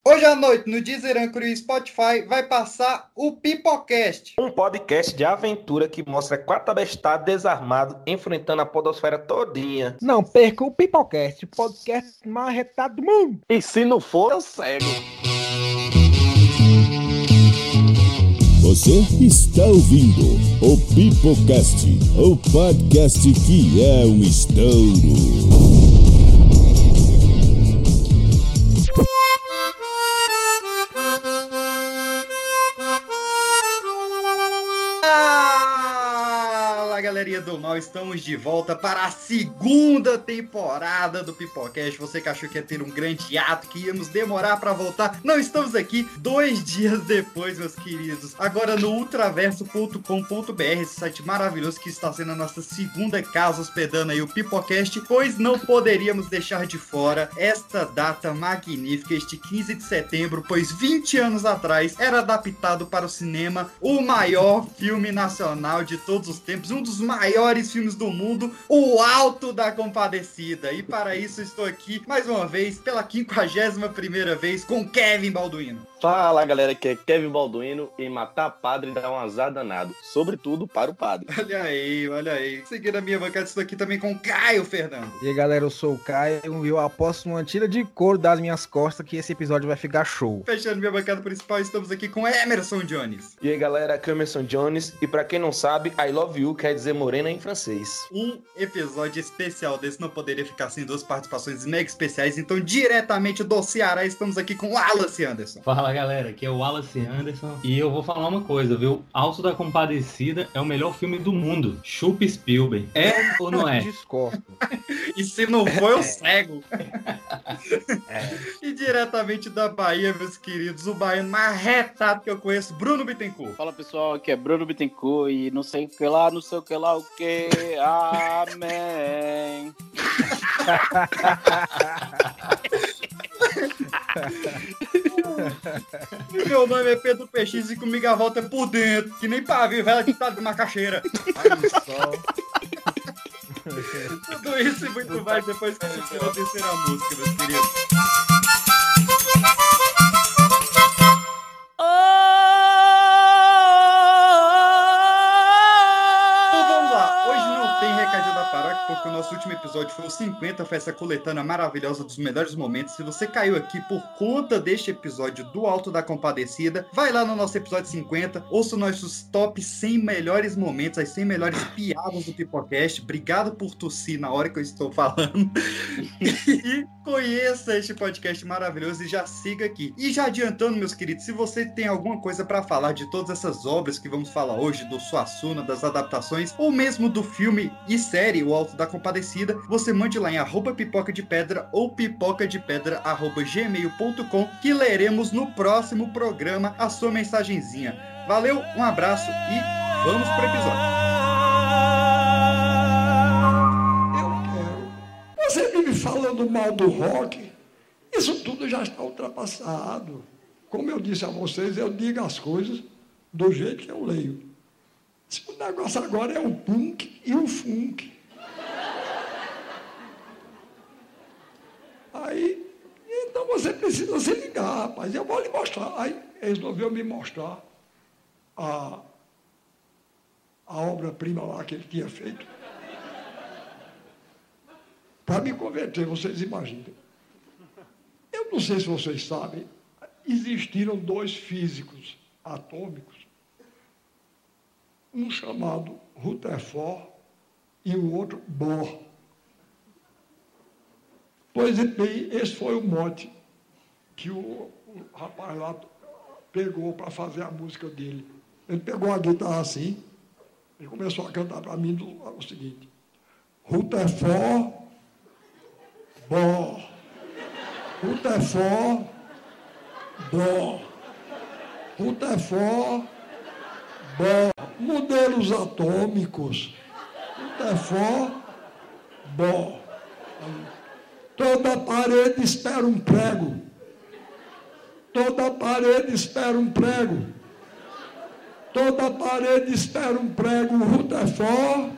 Hoje à noite, no Deezer, Anchor e Spotify, vai passar o Pipocast. Um podcast de aventura que mostra quatro abestados desarmados enfrentando a podosfera todinha. Não perca o Pipocast, o podcast mais retado do mundo. E se não for, eu cego. Você está ouvindo o Pipocast, o podcast que é um estouro. Galerinha do mal, estamos de volta para a segunda temporada do Pipocast. Você que achou que ia ter um grande ato, que íamos demorar para voltar, não, estamos aqui 2 dias depois, meus queridos. Agora no ultraverso.com.br, esse site maravilhoso que está sendo a nossa segunda casa hospedando aí o Pipocast, pois não poderíamos deixar de fora esta data magnífica, este 15 de setembro, pois 20 anos atrás era adaptado para o cinema o maior filme nacional de todos os tempos, um dos maiores filmes do mundo, O Alto da Compadecida. E para isso estou aqui mais uma vez, pela 51ª vez, com Kevin Balduino. Fala galera, aqui é Kevin Balduino e matar padre dá um azar danado, sobretudo para o padre. Olha aí. Seguindo a minha bancada, estou aqui também com Caio Fernando. E aí galera, eu sou o Caio e eu aposto uma tira de couro das minhas costas que esse episódio vai ficar show. Fechando minha bancada principal, estamos aqui com Emerson Jones. E aí galera, aqui é o Emerson Jones e pra quem não sabe, I love you quer dizer morena em francês. Um episódio especial desse não poderia ficar sem 2 participações mega especiais, então diretamente do Ceará estamos aqui com Wallace Anderson. Fala galera, aqui é o Wallace Anderson e eu vou falar uma coisa, viu? Alto da Compadecida é o melhor filme do mundo. Chupa Spielberg. É ou não é? Discordo. E se não for, eu cego. E diretamente da Bahia, meus queridos, o baiano mais retado que eu conheço, Bruno Bittencourt. Fala pessoal, aqui é Bruno Bittencourt e não sei o que lá, o que, amém. Meu nome é Pedro PX e comigo a volta é por dentro, que nem pavio, velho que tá de macaxeira. Olha só. Tudo isso e muito mais depois que assistir a terceira música, meus queridos. Porque o nosso último episódio foi o 50, foi essa coletânea maravilhosa dos melhores momentos. Se você caiu aqui por conta deste episódio do Alto da Compadecida, vai lá no nosso episódio 50, ouça nossos top 100 melhores momentos, as 100 melhores piadas do Pipocast. Obrigado por tossir na hora que eu estou falando. E conheça este podcast maravilhoso e já siga aqui. E já adiantando, meus queridos, se você tem alguma coisa para falar de todas essas obras que vamos falar hoje, do Suassuna, das adaptações, ou mesmo do filme e série O Alto da Compadecida, você mande lá em @pipocadepedra ou pipocadepedra@gmail.com que leremos no próximo programa a sua mensagenzinha. Valeu, um abraço e vamos pro episódio. Eu quero. Você vive falando mal do rock, isso tudo já está ultrapassado. Como eu disse a vocês, eu digo as coisas do jeito que eu leio. O negócio agora é o punk e o funk. Aí, então você precisa se ligar, rapaz. Eu vou lhe mostrar. Aí eles resolveu me mostrar a obra-prima lá que ele tinha feito. Para me converter, vocês imaginam. Eu não sei se vocês sabem, existiram 2 físicos atômicos, um chamado Rutherford e o outro Bohr. Pois bem, esse foi o mote que o rapaz lá pegou para fazer a música dele. Ele pegou a guitarra assim e começou a cantar para mim o seguinte: Rutherford, Bohr, Rutherford, Bohr, Rutherford, Bohr, modelos atômicos, Rutherford, Bohr. Toda parede espera um prego. Toda parede espera um prego. Toda parede espera um prego. Rutherford,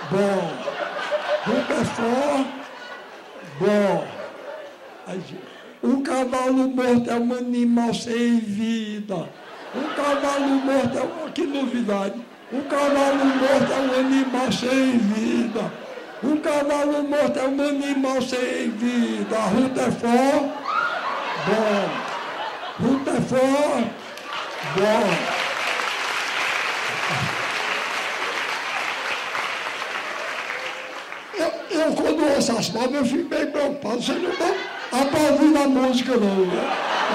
Bohr. Rutherford, Bohr. Aí, Um cavalo morto é um animal sem vida. Um cavalo morto é... Que novidade. Um cavalo morto é um animal sem vida. Um cavalo morto é um animal sem vida. Rutherford, bom. Rutherford, bom. Eu quando ouço as palmas, eu fico bem preocupado. Você não está aplaudindo a música, não. Né?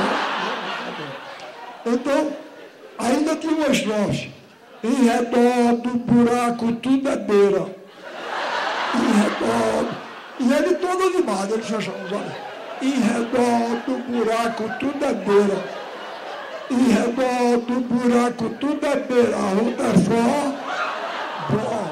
Então, ainda tinha uma estrofe. Em redor do buraco tudo é beira. Em redor. E ele todo animado, ele fechou os olhos. Em redor do buraco tudo é beira. Em redor do buraco tudo é beira. A ruta é fora.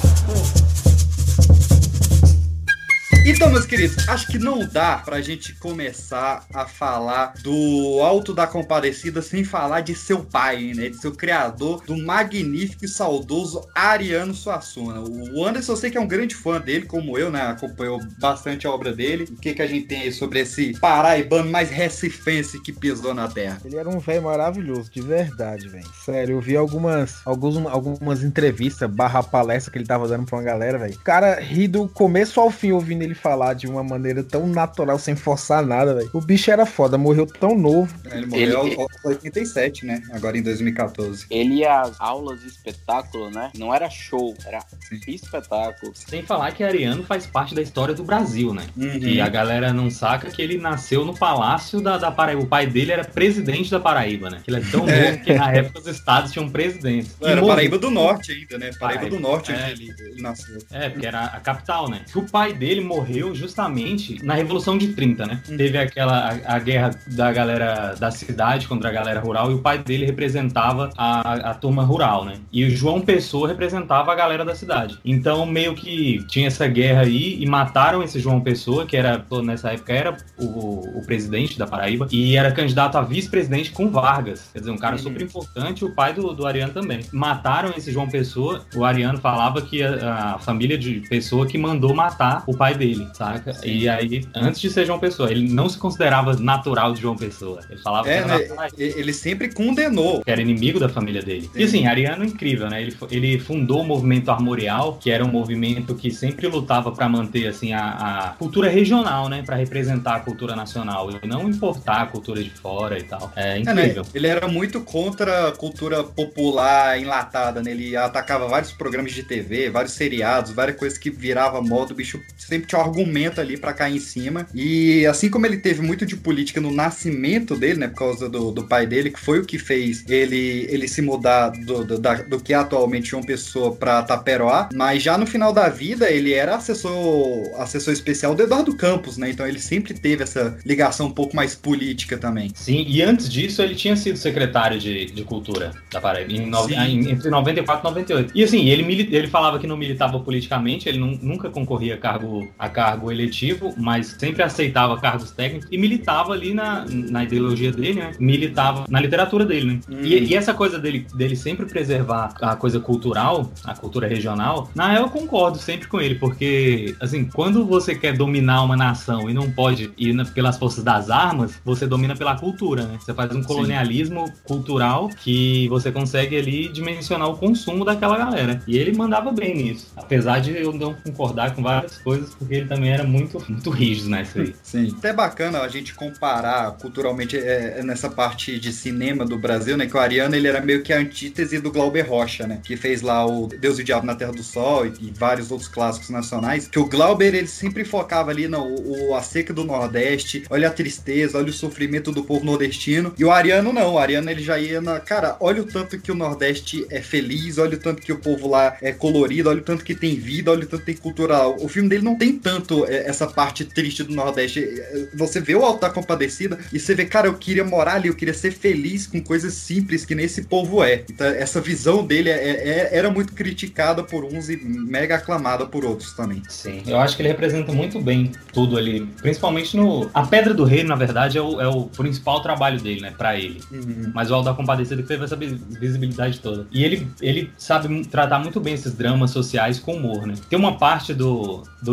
Então, meus queridos, acho que não dá pra gente começar a falar do Alto da Compadecida sem falar de seu pai, né? De seu criador, do magnífico e saudoso Ariano Suassuna. O Anderson, eu sei que é um grande fã dele, como eu, né? Acompanhou bastante a obra dele. O que a gente tem aí sobre esse paraibano mais recifense que pisou na terra? Ele era um velho maravilhoso, de verdade, velho. Sério, eu vi algumas entrevistas, palestra que ele tava dando pra uma galera, velho. O cara ri do começo ao fim ouvindo ele falar de uma maneira tão natural, sem forçar nada, velho. O bicho era foda, morreu tão novo. Ele morreu aos 87, né? Agora em 2014. Ele ia às aulas de espetáculo, né? Não era show, era espetáculo. Sem falar que Ariano faz parte da história do Brasil, né? Uhum. E a galera não saca que ele nasceu no Palácio da Paraíba. O pai dele era presidente da Paraíba, né? Ele é tão novo que na época os estados tinham presidente. Era Paraíba do Norte ainda, né? Paraíba do Norte onde ele nasceu. Porque era a capital, né? O pai dele morreu justamente na Revolução de 30, né? Teve a guerra da galera da cidade contra a galera rural e o pai dele representava a turma rural, né? E o João Pessoa representava a galera da cidade. Então, meio que tinha essa guerra aí e mataram esse João Pessoa, que era, nessa época, era o presidente da Paraíba e era candidato a vice-presidente com Vargas. Quer dizer, um cara super importante, o pai do Ariano também. Mataram esse João Pessoa, o Ariano falava que a família de Pessoa que mandou matar o pai dele, saca? Sim. E aí, antes de ser João Pessoa, ele não se considerava natural de João Pessoa. Ele falava que era ele sempre condenou. Que era inimigo da família dele. Sim. E assim, Ariano é incrível, né? Ele fundou o movimento Armorial, que era um movimento que sempre lutava para manter, assim, a cultura regional, né? Para representar a cultura nacional e não importar a cultura de fora e tal. É incrível. Né? Ele era muito contra a cultura popular enlatada, né? Ele atacava vários programas de TV, vários seriados, várias coisas que virava moda. O bicho sempre tinha um argumento ali pra cair em cima. E assim como ele teve muito de política no nascimento dele, né? Por causa do pai dele, que foi o que fez ele se mudar do que é atualmente João Pessoa pra Taperoá. Mas já no final da vida, ele era assessor especial do Eduardo Campos, né? Então ele sempre teve essa ligação um pouco mais política também. Sim, e antes disso, ele tinha sido secretário de Cultura da Paraíba, entre 94 e 98. E assim, ele falava que não militava politicamente, ele nunca concorria a cargo eletivo, mas sempre aceitava cargos técnicos e militava ali na ideologia dele, né? Militava na literatura dele, né? E essa coisa dele sempre preservar a coisa cultural, a cultura regional, eu concordo sempre com ele, porque, assim, quando você quer dominar uma nação e não pode ir pelas forças das armas, você domina pela cultura, né? Você faz um colonialismo cultural que você consegue ali dimensionar o consumo daquela galera. E ele mandava bem nisso, apesar de eu não concordar com várias coisas, porque ele também era muito, muito rígido nessa aí. Sim. Até bacana a gente comparar culturalmente nessa parte de cinema do Brasil, né? Que o Ariano, ele era meio que a antítese do Glauber Rocha, né? Que fez lá o Deus e o Diabo na Terra do Sol e vários outros clássicos nacionais. Que o Glauber, ele sempre focava ali a seca do Nordeste, olha a tristeza, olha o sofrimento do povo nordestino. E o Ariano não. O Ariano, ele já ia cara, olha o tanto que o Nordeste é feliz, olha o tanto que o povo lá é colorido, olha o tanto que tem vida, olha o tanto que tem cultural. O filme dele não tem tanto essa parte triste do Nordeste. Você vê o Alto da Compadecida e você vê, cara, eu queria morar ali, eu queria ser feliz com coisas simples que nem esse povo é. Então, essa visão dele era muito criticada por uns e mega aclamada por outros também. Sim, eu acho que ele representa muito bem tudo ali, principalmente A Pedra do Rei, na verdade, é o principal trabalho dele, né, pra ele. Mas o Alto da Compadecida teve essa visibilidade toda. E ele sabe tratar muito bem esses dramas sociais com humor, né. Tem uma parte já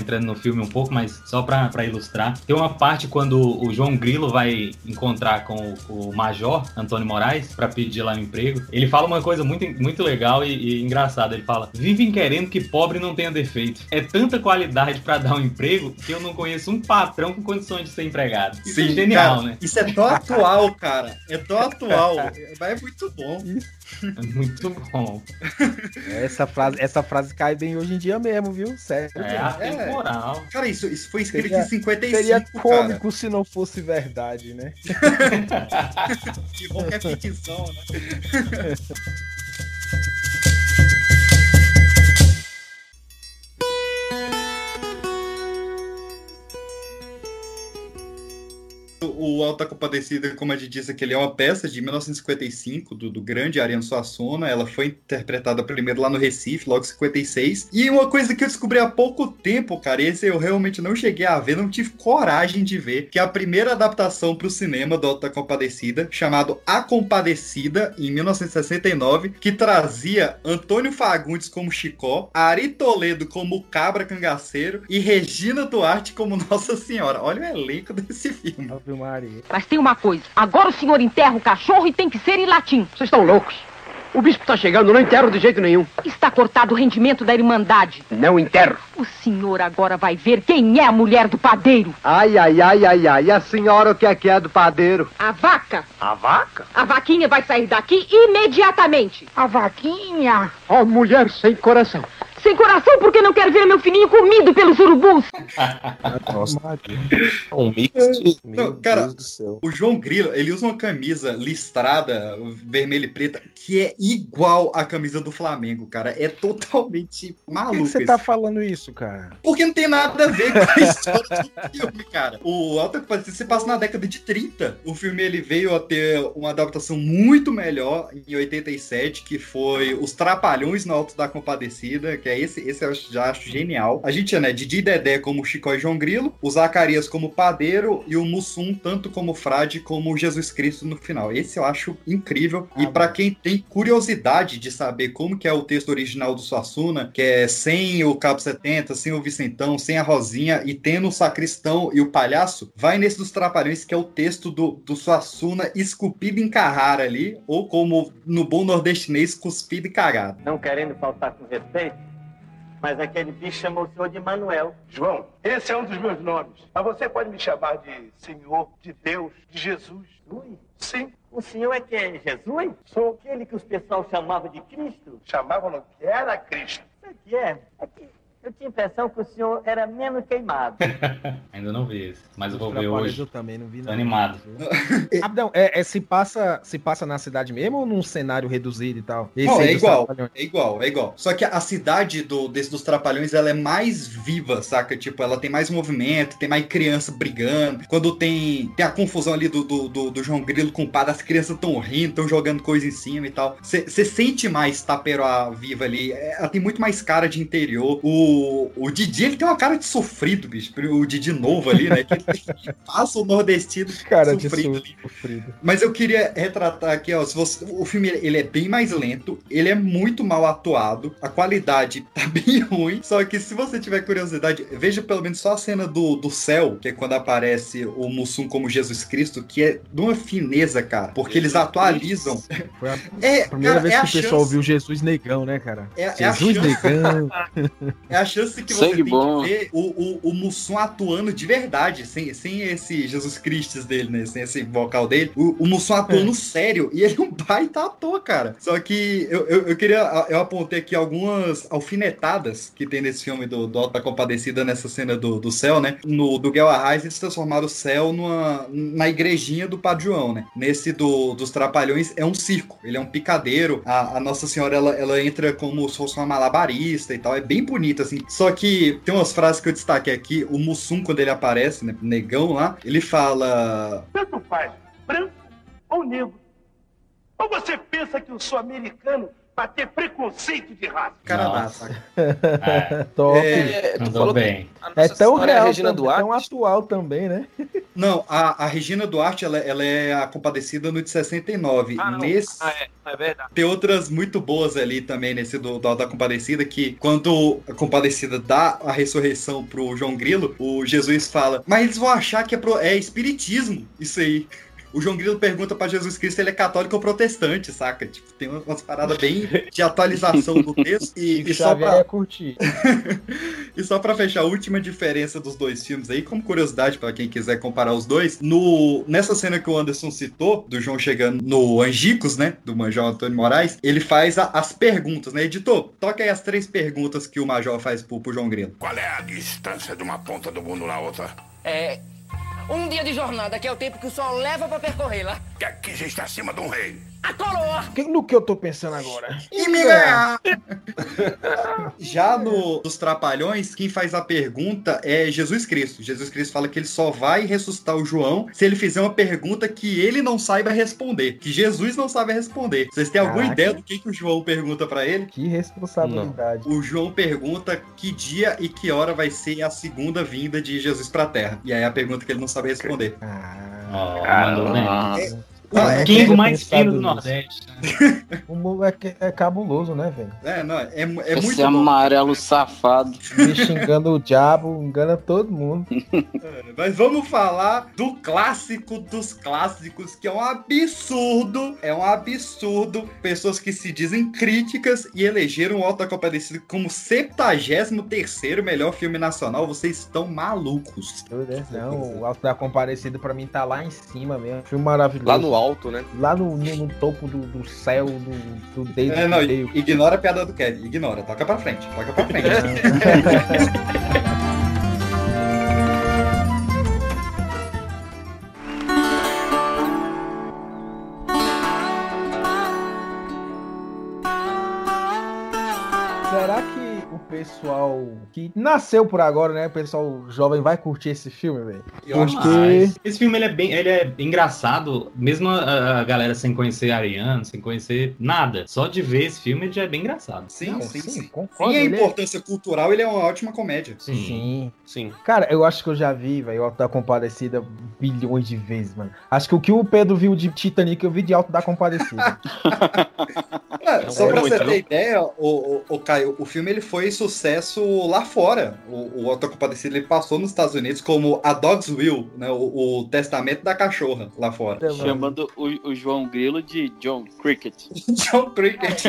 entrando no filme um pouco, mas só pra ilustrar. Tem uma parte quando o João Grilo vai encontrar com o Major, Antônio Moraes, pra pedir lá um emprego. Ele fala uma coisa muito, muito legal e engraçada. Ele fala: vivem querendo que pobre não tenha defeito. É tanta qualidade pra dar um emprego que eu não conheço um patrão com condições de ser empregado. Isso é genial, cara, né? Isso é tão atual, cara. É tão atual. Mas é muito bom. É muito bom. Essa frase cai bem hoje em dia mesmo, viu? Sério. É atemporal. Cara, isso foi escrito em 55, seria cômico cara. se não fosse verdade, né? Que bom que é ficção, né? O Auto da Compadecida, como a gente disse aqui, ele é uma peça de 1955, do grande Ariano Suassuna. Ela foi interpretada primeiro lá no Recife, logo em 56. E uma coisa que eu descobri há pouco tempo, cara, esse eu realmente não cheguei a ver, não tive coragem de ver, que é a primeira adaptação para o cinema do Auto da Compadecida, chamado A Compadecida, em 1969, que trazia Antônio Fagundes como Chicó, Ari Toledo como Cabra Cangaceiro e Regina Duarte como Nossa Senhora. Olha o elenco desse filme. Mas tem uma coisa, agora o senhor enterra o cachorro e tem que ser em latim. Vocês estão loucos? O bispo está chegando, não enterro de jeito nenhum. Está cortado o rendimento da Irmandade. Não enterro. O senhor agora vai ver quem é a mulher do padeiro. Ai, ai, ai, ai, ai. A senhora o que é do padeiro? A vaca. A vaca? A vaquinha vai sair daqui imediatamente. A vaquinha? Ó, mulher sem coração. Sem coração porque não quero ver meu filhinho comido pelos urubus. Nossa, um mix de... Não, cara, o João Grilo, ele usa uma camisa listrada, vermelha e preta, que é igual à camisa do Flamengo, cara. É totalmente maluco. Por que você tá falando isso, cara? Porque não tem nada a ver com a história do filme, cara. O Auto da Compadecida se passa na década de 30. O filme, ele veio a ter uma adaptação muito melhor em 87, que foi Os Trapalhões no Auto da Compadecida, que é esse eu já acho genial. A gente tinha, né, Didi e Dedé como Chicó e João Grilo, o Zacarias como Padeiro e o Mussum tanto como Frade como Jesus Cristo no final. Esse eu acho incrível. E pra quem tem curiosidade de saber como que é o texto original do Suassuna, que é sem o Cabo 70, sem o Vicentão, sem a Rosinha e tendo o Sacristão e o Palhaço, vai nesse dos Trapalhões, que é o texto do Suassuna esculpido em Carrara ali, ou como no bom nordestinês, cuspido e cagado. Não querendo faltar com respeito, mas aquele bicho chamou o senhor de Manuel. João, esse é um dos meus nomes. Mas você pode me chamar de Senhor, de Deus, de Jesus. Ui. Sim. O senhor é que é Jesus? Sou aquele que os pessoal chamava de Cristo? Chamavam não, que era Cristo. Sabe o que é? É que eu tinha a impressão que o senhor era menos queimado. Ainda não vi esse, mas eu vou ver hoje. Eu também não vi nada. Tô animado. Rapidão, se passa na cidade mesmo ou num cenário reduzido e tal? Não, é igual. Só que a cidade dos Trapalhões, ela é mais viva, saca? Tipo, ela tem mais movimento, tem mais criança brigando. Quando tem a confusão ali do João Grilo com o padre, as crianças estão rindo, estão jogando coisa em cima e tal. Você sente mais Taperoá viva ali. Ela tem muito mais cara de interior. O Didi, ele tem uma cara de sofrido, bicho. O Didi novo ali, né? Que ele passa o nordestino cara sofrido ali. Mas eu queria retratar aqui, ó. O filme, ele é bem mais lento. Ele é muito mal atuado. A qualidade tá bem ruim. Só que se você tiver curiosidade, veja pelo menos só a cena do céu, que é quando aparece o Mussum como Jesus Cristo, que é de uma fineza, cara. Porque eles atualizam. Foi a primeira vez que o pessoal viu Jesus Negão, né, cara? Jesus Negão. É a chance que você tem de ver o Mussum atuando de verdade, sem esse Jesus Cristo dele, né? Sem esse vocal dele. O Mussum atuando sério. E ele é um baita ator, cara. Só que eu apontei aqui algumas alfinetadas que tem nesse filme do Auto da Compadecida, nessa cena do céu, né? Do Guel Arraes, eles transformaram o céu na igrejinha do Padre João, né? Nesse dos Trapalhões é um circo. Ele é um picadeiro. A Nossa Senhora, ela entra como se fosse uma malabarista e tal. É bem bonito, assim. Só que tem umas frases que eu destaquei aqui. O Mussum, quando ele aparece, né, negão lá, ele fala... Tanto faz, branco ou negro. Ou você pensa que o sul-americano pra ter preconceito de raça. Cara dá, saca? Top. Tu falou bem. É tão real, Regina também, Duarte? tão atual também, né? Não, a Regina Duarte, ela é a Compadecida no de 69. Nesse... É verdade. Tem outras muito boas ali também nesse da Compadecida, que quando a Compadecida dá a ressurreição pro João Grilo, o Jesus fala, mas eles vão achar que é espiritismo isso aí. O João Grilo pergunta pra Jesus Cristo se ele é católico ou protestante, saca? Tipo, tem umas paradas bem de atualização do texto. E só pra curtir. E só pra fechar, a última diferença dos dois filmes aí, como curiosidade pra quem quiser comparar os dois, nessa cena que o Anderson citou, do João chegando no Angicos, né, do Major Antônio Moraes, ele faz as perguntas, né? Editor, toca aí as 3 perguntas que o Major faz pro João Grilo. Qual é a distância de uma ponta do mundo na outra? É... 1 dia de jornada, que é o tempo que o sol leva pra percorrer lá. Que aqui já está acima de um rei. A coroa! No que eu tô pensando agora? E me ganhar! Já dos Trapalhões, quem faz a pergunta é Jesus Cristo. Jesus Cristo fala que ele só vai ressuscitar o João se ele fizer uma pergunta que ele não saiba responder. Que Jesus não sabe responder. Vocês têm alguma ideia do que o João pergunta pra ele? Que responsabilidade. Não. O João pergunta que dia e que hora vai ser a segunda vinda de Jesus pra Terra. E aí a pergunta que ele não sabe responder. Mandou bem. Quem mais fino do Nordeste. O mundo é cabuloso, né, velho? É Esse muito amarelo safado. Me xingando o diabo, engana todo mundo. Mas vamos falar do clássico dos clássicos, que é um absurdo. É um absurdo. Pessoas que se dizem críticas e elegeram o Auto da Compadecida como 73º melhor filme nacional. Vocês estão malucos. Não, o Auto da Compadecida pra mim tá lá em cima mesmo. Filme maravilhoso. Lá no alto, né? Lá no topo do céu, do dedo. Não, ignora a piada do Kevin. Ignora. Toca pra frente. Será que o pessoal que nasceu por agora, né? O pessoal jovem vai curtir esse filme, velho? Porque esse filme ele é engraçado, mesmo a galera sem conhecer Ariano, sem conhecer nada. Só de ver esse filme ele já é bem engraçado. Sim. Concordo, e a importância cultural, ele é uma ótima comédia. Sim. Cara, eu acho que eu já vi, velho, o Auto da Compadecida bilhões de vezes, mano. Acho que o que o Pedro viu de Titanic, eu vi de Auto da Compadecida. Só pra você ter ideia, o Caio, o filme ele foi sucesso lá fora. O Auto da Compadecida ele passou nos Estados Unidos como A Dog's Will, né? O Testamento da Cachorra lá fora. Chamando o João Grilo de John Cricket. John Cricket.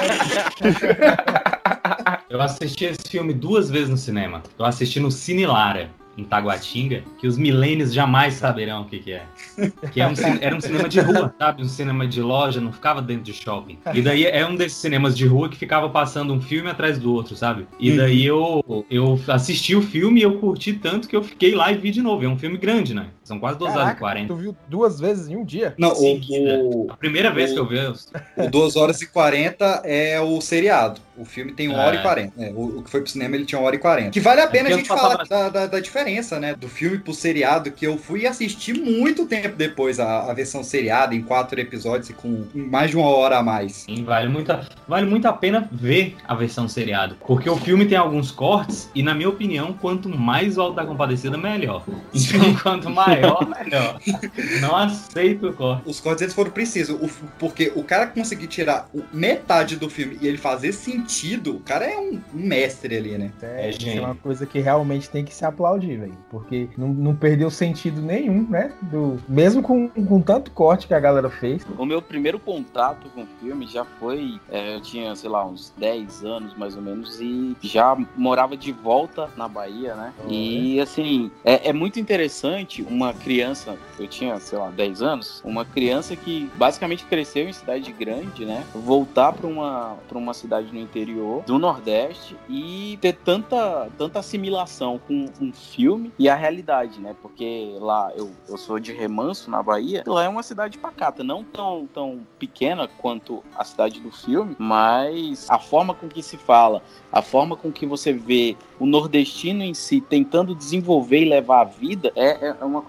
Eu assisti esse filme 2 vezes no cinema. Eu assisti no Cine Lara, em Taguatinga, que os milênios jamais saberão o que é. Que era um cinema de rua, sabe? Um cinema de loja, não ficava dentro de shopping. E daí é um desses cinemas de rua que ficava passando um filme atrás do outro, sabe? E daí eu assisti o filme e eu curti tanto que eu fiquei lá e vi de novo. É um filme grande, né? São quase 2 horas e 40. Tu viu 2 vezes em um dia? Não, a primeira vez que eu vi. O 2 horas e 40 é o seriado. O filme tem 1 hora e 40. O que foi pro cinema ele tinha 1 hora e 40. Que vale a pena a gente falar da diferença, né? Do filme pro seriado, que eu fui assistir muito tempo depois a versão seriada, em 4 episódios e com mais de 1 hora a mais. Sim, vale muito a pena ver a versão seriada. Porque o filme tem alguns cortes e, na minha opinião, quanto mais o Auto da Compadecida, melhor. Então, quanto maior, melhor. Não aceito o corte. Os cortes eles foram precisos, porque o cara conseguir tirar metade do filme e ele fazer sentido, o cara é um mestre ali, né? Isso é uma coisa que realmente tem que se aplaudir, velho. Porque não perdeu sentido nenhum, né? Mesmo com tanto corte que a galera fez. O meu primeiro contato com o filme já foi... eu tinha, sei lá, uns 10 anos, mais ou menos, e já morava de volta na Bahia, né? E, assim, é muito interessante uma criança... Eu tinha, sei lá, 10 anos. Uma criança que basicamente cresceu em cidade grande, né? Voltar pra uma cidade no interior do Nordeste e ter tanta assimilação com um filme e a realidade, né? Porque lá eu sou de Remanso, na Bahia. Lá é uma cidade pacata, não tão pequena quanto a cidade do filme, mas a forma com que se fala, a forma com que você vê o nordestino em si tentando desenvolver e levar a vida é uma coisa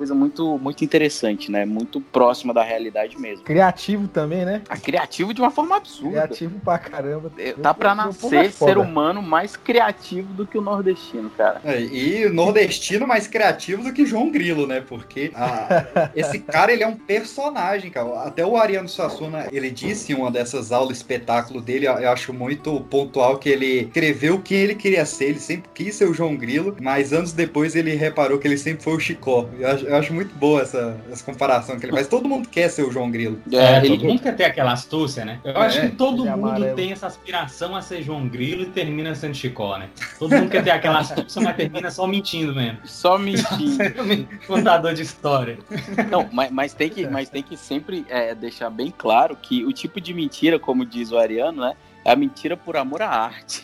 coisa muito, muito interessante, né? Muito próxima da realidade mesmo. Criativo também, né? Criativo de uma forma absurda. Criativo pra caramba. Tá pra nascer ser humano mais criativo do que o nordestino, cara. E nordestino mais criativo do que João Grilo, né? Porque esse cara, ele é um personagem, cara. Até o Ariano Suassuna, ele disse em uma dessas aulas espetáculo dele, eu acho muito pontual, que ele escreveu quem ele queria ser. Ele sempre quis ser o João Grilo, mas anos depois ele reparou que ele sempre foi o Chicó. Eu acho muito boa essa comparação que ele faz. Todo mundo quer ser o João Grilo. Todo mundo quer ter aquela astúcia, né? Eu acho que todo mundo tem essa aspiração a ser João Grilo e termina sendo Chicó, né? Todo mundo quer ter aquela astúcia, mas termina só mentindo mesmo. Só mentindo. Contador de história. Não, mas tem que sempre deixar bem claro que o tipo de mentira, como diz o Ariano, né? É a mentira por amor à arte.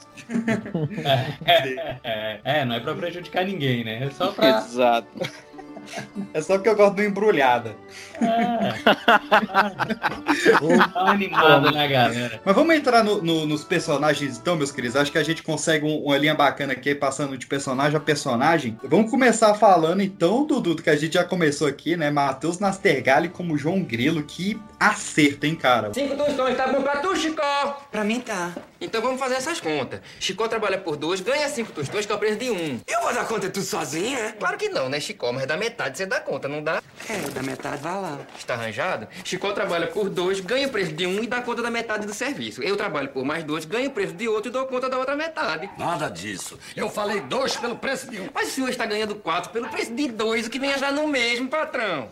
Não é pra prejudicar ninguém, né? É só pra... Exato. É só porque eu gosto do embrulhada. Tá animado, né, galera? Mas vamos entrar nos personagens então, meus queridos. Acho que a gente consegue uma linha bacana aqui, passando de personagem a personagem. Vamos começar falando então do que a gente já começou aqui, né? Matheus Nastergalli como João Grilo. Que acerto, hein, cara? 5 tostões, tá bom pra tu, Chicó? Pra mim tá. Então vamos fazer essas contas. Chicó trabalha por 2, ganha 5 tostões, que é o preço de 1. Eu vou dar conta de tudo sozinho, é? Claro que não, né, Chicó? Mas da metade você dá conta, não dá? Da metade vai lá. Está arranjado? Chicó trabalha por 2, ganha o preço de 1 e dá conta da metade do serviço. Eu trabalho por mais 2, ganho o preço de outro e dou conta da outra metade. Nada disso. Eu falei 2 pelo preço de 1. Mas o senhor está ganhando 4 pelo preço de 2, o que vem já no mesmo, patrão.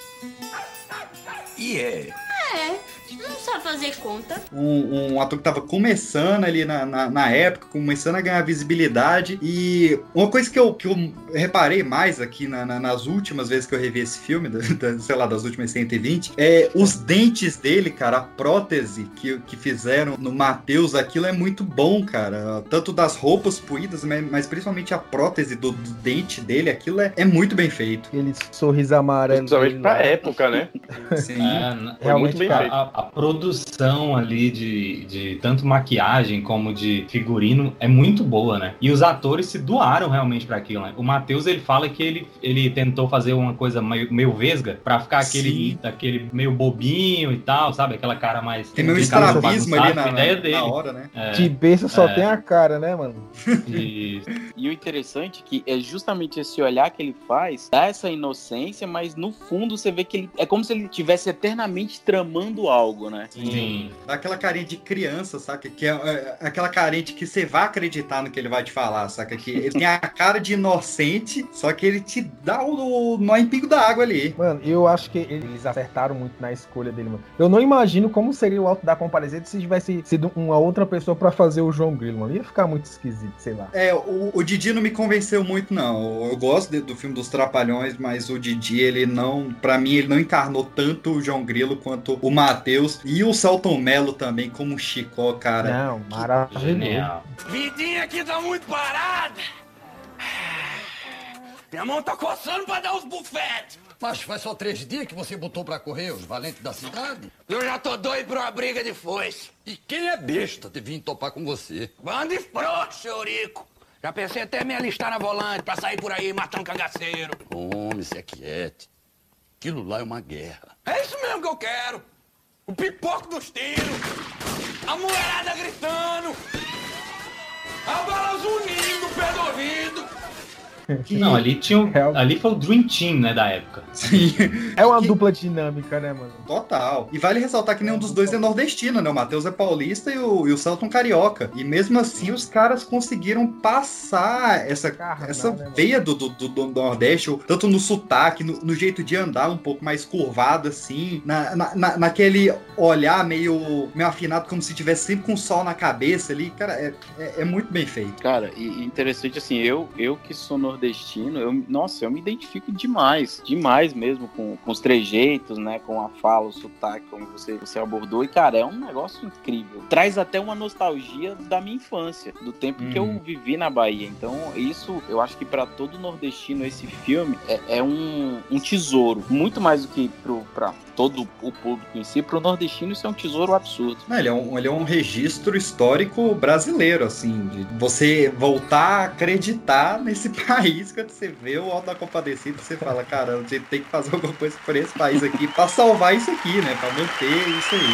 Não sabe fazer conta. Um ator que tava começando ali na época, começando a ganhar visibilidade. E uma coisa que eu reparei mais aqui nas últimas vezes que eu revi esse filme, sei lá, das últimas 120, é os dentes dele, cara, a prótese que fizeram no Matheus, aquilo é muito bom, cara. Tanto das roupas puídas, mas principalmente a prótese do dente dele, aquilo é muito bem feito. Aquele sorriso amarelo. Principalmente pra época, né? Sim. Realmente bem cara, feito. A produção ali de tanto maquiagem como de figurino é muito boa, né? E os atores se doaram realmente pra aquilo, né? O Matheus, ele fala que ele tentou fazer uma coisa meio vesga pra ficar aquele meio bobinho e tal, sabe? Aquela cara mais... Tem meio estrabismo ali na hora, né? De besta só tem a cara, né, mano? E o interessante é que é justamente esse olhar que ele faz, dá essa inocência, mas no fundo você vê que ele é como se ele estivesse eternamente tramando algo, né? Sim. Dá aquela carinha de criança, saca? Que é aquela carinha de que você vai acreditar no que ele vai te falar, saca? Que ele tem a cara de inocente, só que ele te dá o nó em pingo da água ali. Mano, eu acho que eles acertaram muito na escolha dele, mano. Eu não imagino como seria o Alto da Compadecida se tivesse sido uma outra pessoa pra fazer o João Grilo, mano. Ia ficar muito esquisito, sei lá. O Didi não me convenceu muito, não. Eu gosto do filme dos Trapalhões, mas o Didi, ele não... Pra mim, ele não encarnou tanto o João Grilo quanto o Matheus. E o Selton Mello também, como o Chicó, cara. Não, maravilhoso. Vidinha aqui tá muito parada. Minha mão tá coçando pra dar os bufetes. Mas faz só 3 dias que você botou pra correr os valentes da cidade? Eu já tô doido pra uma briga de foice. E quem é besta de vir topar com você? Bando frouxo, seu Rico. Já pensei até me alistar na volante pra sair por aí matando cangaceiro. Homem, se aquiete. Aquilo lá é uma guerra. É isso mesmo que eu quero. O pipoco dos tiros. A mulherada gritando. A bala zunindo no pé do ouvido. Não, ali foi o Dream Team, né, da época. Sim. É uma dupla dinâmica, né, mano? Total. E vale ressaltar que nenhum dos dois é nordestino, né? O Matheus é paulista e o Selton carioca. E mesmo assim, os caras conseguiram passar essa veia do Nordeste, tanto no sotaque, no jeito de andar um pouco mais curvado, assim, naquele olhar meio afinado, como se tivesse sempre com o sol na cabeça ali. Cara, é muito bem feito. Cara, e interessante, assim, eu que sou nordestino, eu me identifico demais mesmo com os trejeitos, né, com a fala, o sotaque, como você abordou, e cara, é um negócio incrível, traz até uma nostalgia da minha infância, do tempo que eu vivi na Bahia, então isso, eu acho que pra todo nordestino esse filme é um tesouro, muito mais do que pra todo o público em si, pro nordestino isso é um tesouro absurdo. Ele é um registro histórico brasileiro, assim, de você voltar a acreditar nesse país. país, quando você vê o Auto da Compadecida, você fala, cara, a gente tem que fazer alguma coisa por esse país aqui pra salvar isso aqui, né? Pra manter isso aí.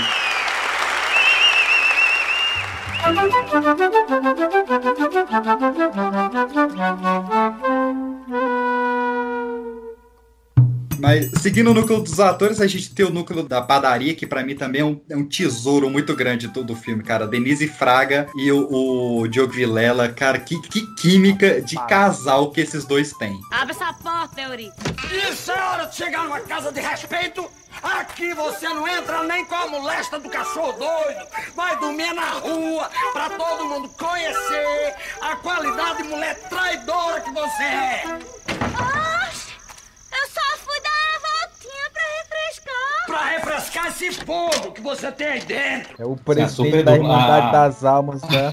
Mas, seguindo o núcleo dos atores, a gente tem o núcleo da padaria, que pra mim também é um tesouro muito grande do filme, cara. Denise Fraga e o Diogo Vilela, cara, que química de casal que esses dois têm. Abre essa porta, Eurico. Isso é hora de chegar numa casa de respeito. Aqui você não entra nem com a molesta do cachorro doido. Vai dormir na rua pra todo mundo conhecer a qualidade de mulher traidora que você é. Oxe, eu só fui dar uma voltinha pra refrescar. Pra refrescar esse fogo que você tem aí dentro. É o presidente da Irmandade das Almas, tá?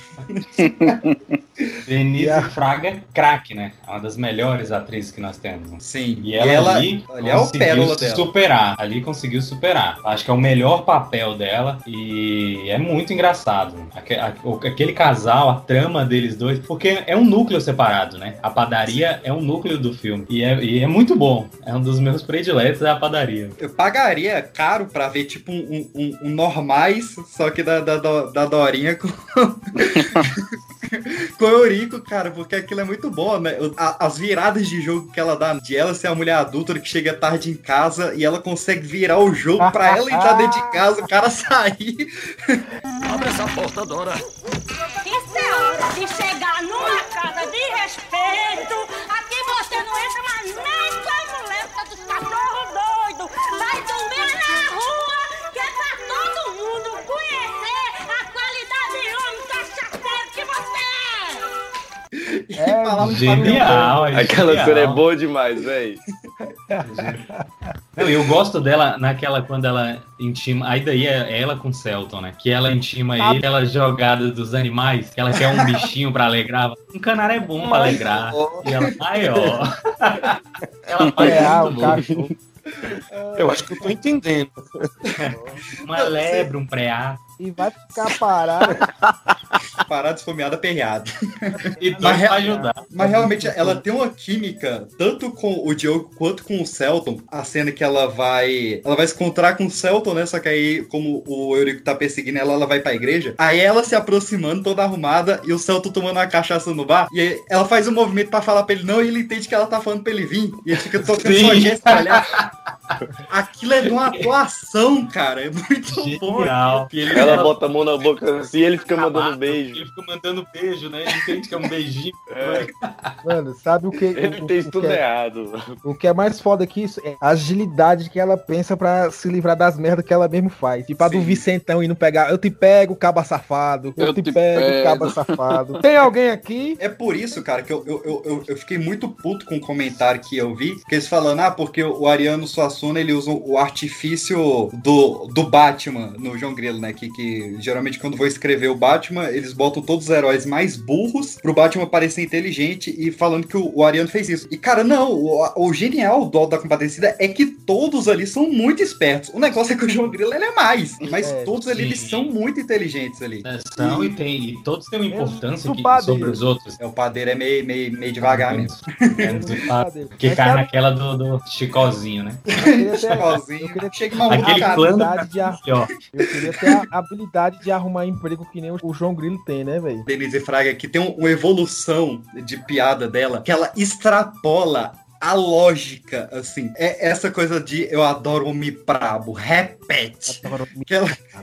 Denise Fraga, craque, né? É uma das melhores atrizes que nós temos. Sim. E ela ali é o pérola conseguiu dela. superar. Ali conseguiu superar. Acho que é o melhor papel dela e é muito engraçado. Aquele casal, a trama deles dois, porque é um núcleo separado, né? A padaria é um núcleo do filme e é muito bom. É um dos meus prediletos, é a padaria. Eu pagaria caro pra ver, tipo, um normais, só que da Dorinha com... com o Eurico, cara, porque aquilo é muito bom, né? As viradas de jogo que ela dá, de ela ser a mulher adulta que chega tarde em casa e ela consegue virar o jogo pra ela entrar dentro de casa, o cara sair. Abre essa porta, Dora. Isso é hora de chegar numa casa de respeito. Aqui você não entra mais nem com a muleta dos cachorros doidos. Vai dormir na rua, que é pra todo mundo conhecer a qualidade de homem cachaceiro que você É genial. Aquela cena é boa demais, velho. Eu gosto dela naquela quando ela intima. Aí daí é ela com o Celton, né? Que ela intima ele, aquela jogada dos animais, que ela quer um bichinho pra alegrar. Um canário é bom pra alegrar. E ela, ai, ó. Ela faz muito bom. Eu acho que eu tô entendendo. Uma lebre, um preá. E vai ficar parado. Parado, esfomeado, aperreado. E mas, vai ajudar. Mas realmente ela tem uma química, tanto com o Diogo quanto com o Celton. A cena que ela vai se encontrar com o Celton, né? Só que aí, como o Eurico tá perseguindo ela, ela vai pra igreja. Aí ela se aproximando, toda arrumada, e o Celton tomando uma cachaça no bar. E aí ela faz um movimento pra falar pra ele não, e ele entende que ela tá falando pra ele vir. E ele fica tocando sua gesto pra olhar. Aquilo é de uma atuação, cara. É muito bom. Ela bota a mão na boca assim e ele fica mandando beijo. Ele fica mandando beijo, né? Ele entende que é um beijinho. Mano, sabe o que... Ele fez tudo errado. O que é mais foda que isso é a agilidade que ela pensa pra se livrar das merdas que ela mesmo faz. Tipo a do Vicentão e não pegar. Eu te pego, caba safado. Eu te pego, caba safado. Tem alguém aqui? É por isso, cara, que eu fiquei muito puto com o comentário que eu vi. Que eles falando, porque o Ariano Suassuna, ele usa o artifício do Batman no João Grilo, né? Que geralmente quando vou escrever o Batman, eles botam todos os heróis mais burros pro Batman parecer inteligente e falando que o Ariano fez isso. E, cara, não, o genial do Auto da Compadecida é que todos ali são muito espertos. O negócio é que o João Grilo, ele é mais. Mas todos ali, eles são muito inteligentes ali. São e todos têm uma importância sobre os outros. O padeiro é meio devagar mesmo. Porque cai naquela do Chicozinho, né? Chicozinho. Aquele plano eu queria ter a habilidade de arrumar emprego que nem o João Grilo tem, né, velho? Denise Fraga, que tem uma evolução de piada dela, que ela extrapola a lógica, assim. É essa coisa de eu adoro homem brabo, repete. Que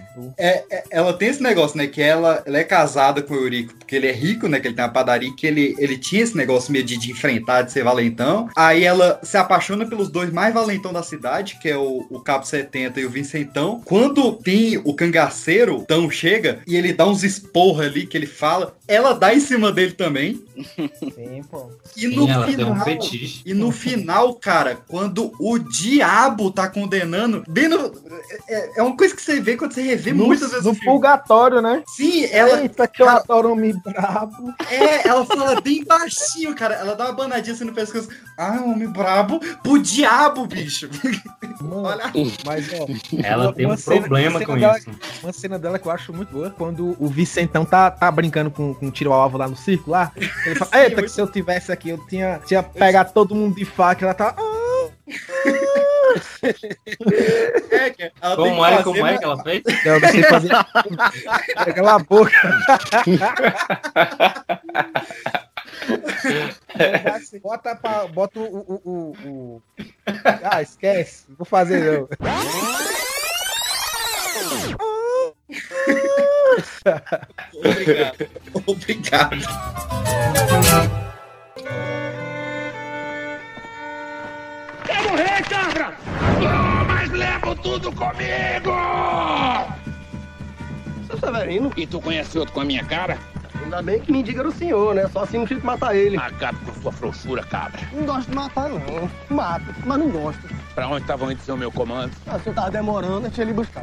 ela tem esse negócio, né? Que ela é casada com o Eurico, porque ele é rico, né? Que ele tem uma padaria, que ele tinha esse negócio meio de enfrentar, de ser valentão. Aí ela se apaixona pelos dois mais valentão da cidade, que é o Cabo 70 e o Vicentão. Quando tem o cangaceiro, então chega, e ele dá uns esporros ali, que ele fala, ela dá em cima dele também. Sim, pô. E no ela final, tem um fetiche. E no final, cara, quando o diabo tá condenando, é uma coisa que você vê quando você revê muitas vezes no purgatório, né? Sim, ela... Eita, que eu adoro homem brabo. Ela fala bem baixinho, cara. Ela dá uma banadinha assim no pescoço. Homem brabo pro diabo, bicho. Mano, olha. Mas, ó, ela tem um problema com isso. Uma cena dela que eu acho muito boa, quando o Vicentão tá brincando com tiro ao alvo lá no circo lá. Ele fala, eita, que se eu tivesse aqui, eu tinha pegado todo mundo de faca, ela tá... Como é que ela fez? Eu não sei fazer. Cala a boca. Bota o. Ah, esquece. Não vou fazer não. Obrigado. Quer morrer, cabra? Oh, mas levo tudo comigo! Seu Severino. E tu conhece outro com a minha cara? Ainda bem que me diga o senhor, né? Só assim não tive que matar ele. Acabe com sua frouxura, cabra. Não gosto de matar, não. Mato, mas não gosto. Pra onde estavam indo ser o meu comando? Ah, se eu tava demorando, eu tinha ele buscar.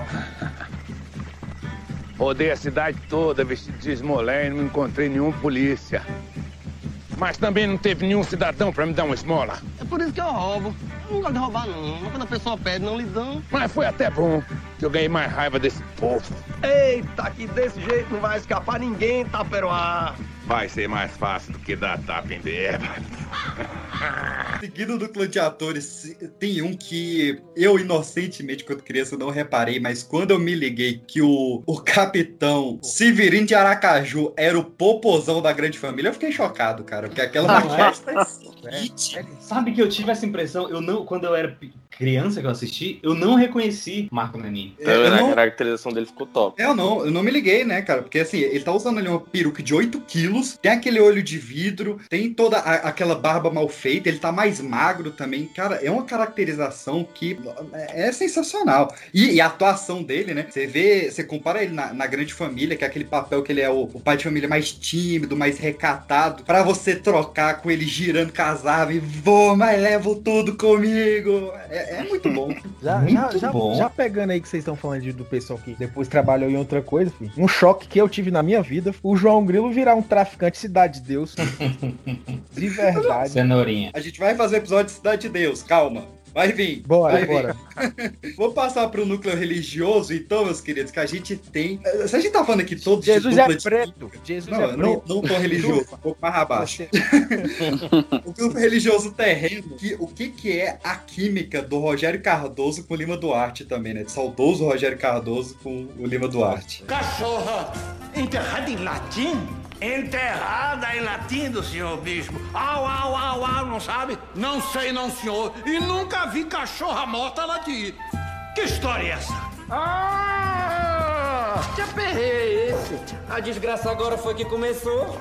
Rodei a cidade toda vestido de esmolé e não encontrei nenhum polícia. Mas também não teve nenhum cidadão pra me dar uma esmola. É por isso que eu roubo. Eu não gosto de roubar, não. Mas quando a pessoa pede, não lhe dão. Mas foi até bom, que eu ganhei mais raiva desse povo. Eita, que desse jeito não vai escapar ninguém, Taperoá. Vai ser mais fácil do que dar tapa em beba. Seguindo do clã de atores, tem um que eu inocentemente, quando criança, não reparei, mas quando eu me liguei que o capitão Severino de Aracaju era o popozão da Grande Família, eu fiquei chocado, cara, porque aquela maquiagem tá Sabe que eu tive essa impressão, quando eu era criança que eu assisti, eu não reconheci Marco Nanini. A caracterização dele ficou top. Eu não me liguei, né, cara, porque assim, ele tá usando ali uma peruca de 8 quilos, tem aquele olho de vidro, tem toda aquela barba mal feita, ele tá mais magro também, cara, é uma caracterização que é sensacional. E a atuação dele, né, você compara ele na Grande Família, que é aquele papel que ele é o pai de família mais tímido, mais recatado, pra você trocar com ele girando com as aves, vou, mas levo tudo comigo. É muito bom. Já pegando aí que vocês estão falando do pessoal que depois trabalhou em outra coisa, filho, um choque que eu tive na minha vida, o João Grilo virar um traficante Cidade de Deus. De verdade. Cenourinha. A gente vai fazer episódio de Cidade de Deus, calma. Vai vir. Bora. Vou passar pro núcleo religioso, então, meus queridos, que a gente tem... Se a gente tá falando aqui todos... Jesus é preto. Não tô religioso, um pouco mais abaixo. O grupo religioso terreno, o que é a química do Rogério Cardoso com o Lima Duarte também, né? Saudoso Rogério Cardoso com o Lima Duarte. Cachorra enterrada em latim? Enterrada em latim do senhor bispo. Au, não sabe? Não sei não, senhor. E nunca vi cachorra morta lá de... Que história é essa? Que aperreio é esse? A desgraça agora foi que começou.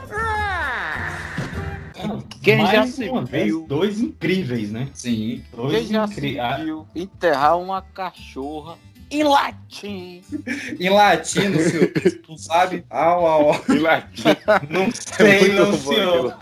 Quem já se viu? Dois incríveis, né? Sim. Quem já se viu enterrar uma cachorra em latim? Em latim, senhor. Não sabe? Au. Em latim. Não sei, não, senhor.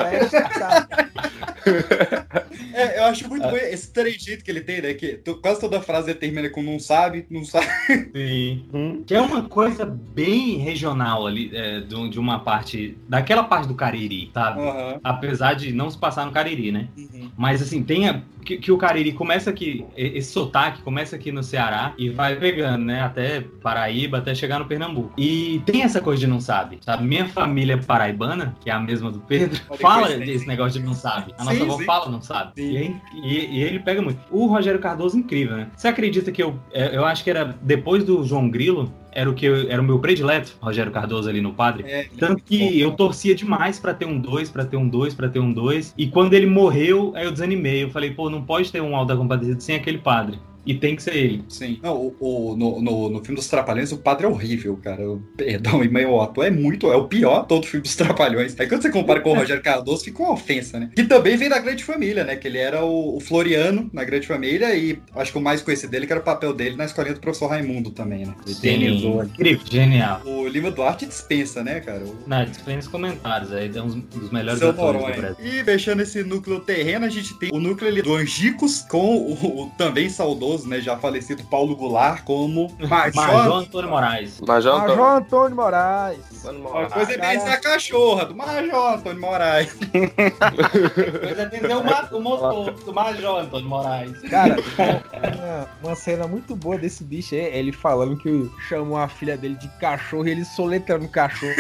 Eu acho muito bom esse trejeito que ele tem, né? Que quase toda frase ele termina com não sabe. Sim. Que é uma coisa bem regional ali, de uma parte, daquela parte do Cariri, sabe? Uhum. Apesar de não se passar no Cariri, né? Uhum. Mas assim, tem que o Cariri começa aqui, esse sotaque começa aqui no Ceará e vai pegando, né? Até Paraíba, até chegar no Pernambuco. E tem essa coisa de não sabe, sabe? Minha família paraibana, que é a mesma do Pedro, fala desse negócio de não sabe. A nossa avó fala não sabe. E ele pega muito. O Rogério Cardoso, incrível, né? Você acredita que eu acho que era depois do João Grilo, era o meu predileto, Rogério Cardoso ali no Padre. Tanto que eu torcia demais pra ter um 2, e quando ele morreu, aí eu desanimei. Eu falei, pô, não pode ter um Auto da Compadecida sem aquele padre. E tem que ser ele. Sim. Não, no filme dos Trapalhões, o padre é horrível, cara. Perdão, e o ator é o pior ator do filme dos Trapalhões. Aí quando você compara com o Rogério Cardoso, fica uma ofensa, né? Que também vem da Grande Família, né? Que ele era o Floriano na Grande Família e acho que o mais conhecido dele que era o papel dele na Escolinha do Professor Raimundo também, né? Incrível, genial. O Lima Duarte dispensa, né, cara? Não, dispensa comentários, aí é um dos melhores atores do Brasil. E fechando esse núcleo terreno, a gente tem o núcleo ali do Angicos com o também saudoso saudoso, né, já falecido Paulo Goulart, como Major Antônio Moraes. Major Antônio Moraes. Uma coisa é benzer a cachorra, do Major Antônio Moraes. Coisa é benzer o motor do Major Antônio Moraes. Cara, uma cena muito boa desse bicho é ele falando que chamou a filha dele de cachorro e ele soletrando o cachorro.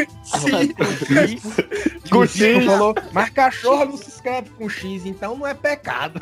Com X. Falou, mas cachorro não se escreve com X, então não é pecado.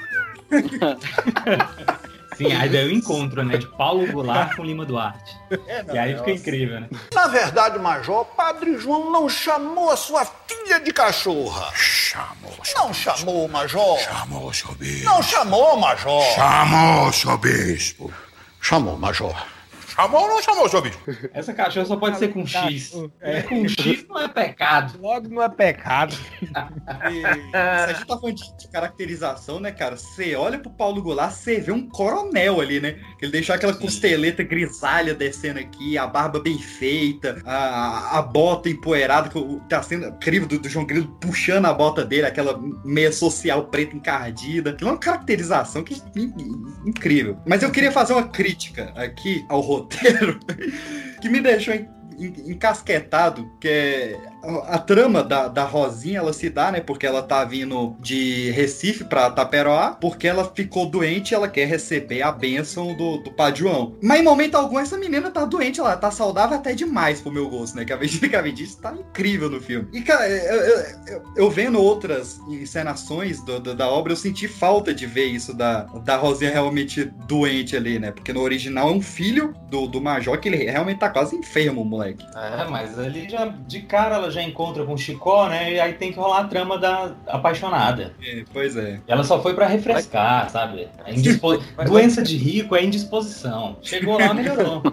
Sim, aí daí o encontro, né, de Paulo Goulart com Lima Duarte. E aí fica incrível, né? Na verdade, Major, Padre João não chamou a sua filha de cachorra. Chamou. Não chamou, Major. Chamou, seu bispo. Não chamou, Major. Chamou, seu bispo. Chamou, Major. Chamou ou não chamou, seu bispo? Essa cachorra só pode ser com X. Com X não é pecado. Logo não é pecado. Se a gente tá falando de caracterização, né, cara? Você olha pro Paulo Goulart, você vê um coronel ali, né? Ele deixou aquela costeleta grisalha descendo aqui, a barba bem feita, a bota empoeirada, tá sendo incrível do João Grilo puxando a bota dele, aquela meia social preta encardida. Aquilo é uma caracterização que incrível. Mas eu queria fazer uma crítica aqui ao roteiro que me deixou encasquetado, que é a trama da Rosinha, ela se dá, né, porque ela tá vindo de Recife pra Taperoá, porque ela ficou doente e ela quer receber a bênção do Padre João. Mas em momento algum essa menina tá doente, ela tá saudável até demais pro meu gosto, né, que a Virgínia Cavendish tá incrível no filme. E, cara, eu vendo outras encenações da obra, eu senti falta de ver isso da Rosinha realmente doente ali, né, porque no original é um filho do Major que ele realmente tá quase enfermo, moleque. Mas ali já, de cara, ela já encontra com o Chicó, né? E aí tem que rolar a trama da apaixonada. Pois é. Ela só foi pra refrescar, sabe? Doença de rico é indisposição. Chegou lá, melhorou.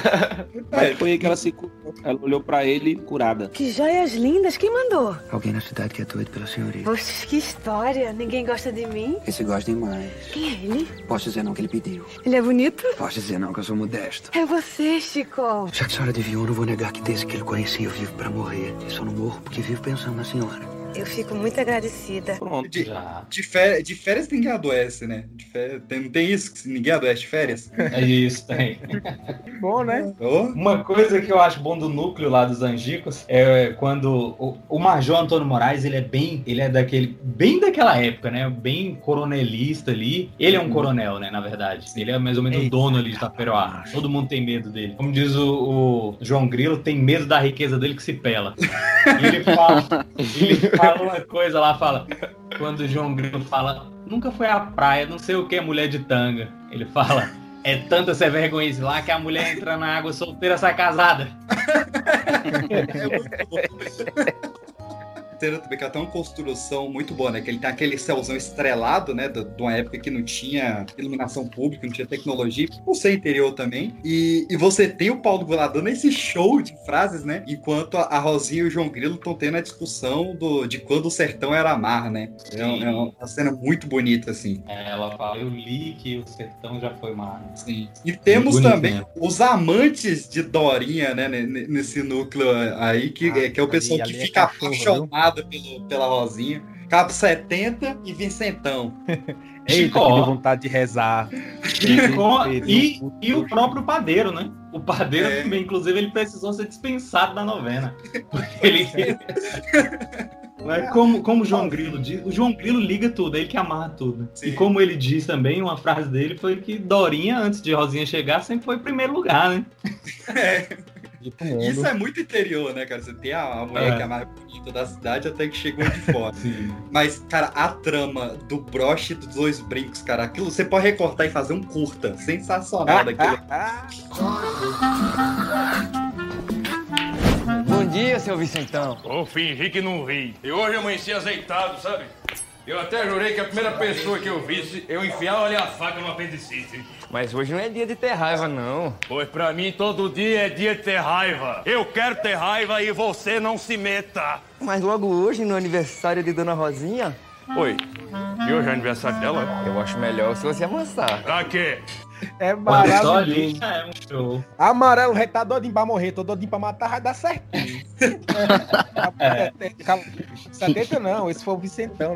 Foi aí que ela olhou pra ele curada. Que joias lindas, quem mandou? Alguém na cidade que é doido pela senhorita. Poxa, que história. Ninguém gosta de mim? Esse gosta demais. Quem é ele? Posso dizer não que ele pediu. Ele é bonito? Posso dizer não que eu sou modesto. É você, Chico. Já que a senhora adivinhou, eu não vou negar que desde que ele conheci eu vivo pra morrer. E só não morro porque vivo pensando na senhora. Eu fico muito agradecida. Pronto, de férias ninguém adoece, né? Não tem isso, que ninguém adoece de férias? É isso, tem. Bom, né? Uma coisa que eu acho bom do núcleo lá dos Angicos é quando o Major Antônio Moraes, ele é bem daquela época, né? Bem coronelista ali. Ele é um coronel, né? Na verdade. Ele é mais ou menos o dono ali de Taperoá. Todo mundo tem medo dele. Como diz o João Grilo, tem medo da riqueza dele que se pela. E ele fala uma coisa lá, quando o João Grilo fala, nunca foi à praia, não sei o que, mulher de tanga. Ele fala, é tanta sem vergonhice lá que a mulher entra na água solteira sai casada. É muito bom. Também que ela tem uma construção muito boa, né? Que ele tem aquele céuzão estrelado, né? De uma época que não tinha iluminação pública, não tinha tecnologia, por ser interior também. E você tem o Paulo Goulart dando esse show de frases, né? Enquanto a Rosinha e o João Grilo estão tendo a discussão de quando o sertão era mar, né? É uma cena muito bonita, assim. Ela fala, eu li que o sertão já foi mar. Sim. E temos também os amantes de Dorinha, né? Nesse núcleo aí, que é o pessoal que fica apaixonado pela Rosinha. Cabo 70 e Vincentão. Eita, que deu vontade de rezar. E o próprio padeiro, né? O padeiro também, inclusive, ele precisou ser dispensado da novena. Porque ele... Como o João Grilo diz, o João Grilo liga tudo, é ele que amarra tudo. Sim. E como ele diz também, uma frase dele foi que Dorinha, antes de Rosinha chegar, sempre foi em primeiro lugar, né? Isso é muito interior, né, cara? Você tem a mulher que é a mais bonita da cidade até que chegou de fora. Sim. Mas, cara, a trama do broche dos dois brincos, cara, aquilo você pode recortar e fazer um curta. Sensacional daquilo. Bom dia, seu Vicentão. Vou fingir que não vi. E hoje eu amanheci azeitado, sabe? Eu até jurei que a primeira pessoa que eu visse, eu enfiava ali a faca no apendicite. Mas hoje não é dia de ter raiva, não. Pois pra mim, todo dia é dia de ter raiva. Eu quero ter raiva e você não se meta. Mas logo hoje, no aniversário de Dona Rosinha... Oi, e hoje é aniversário dela? Eu acho melhor se você amansar. Pra quê? É maravilhoso. Ali é um show. Amarelo, rei, tá doidinho pra morrer, tô doidinho pra matar, vai dar certinho. 70 não, esse foi o Vicentão, né?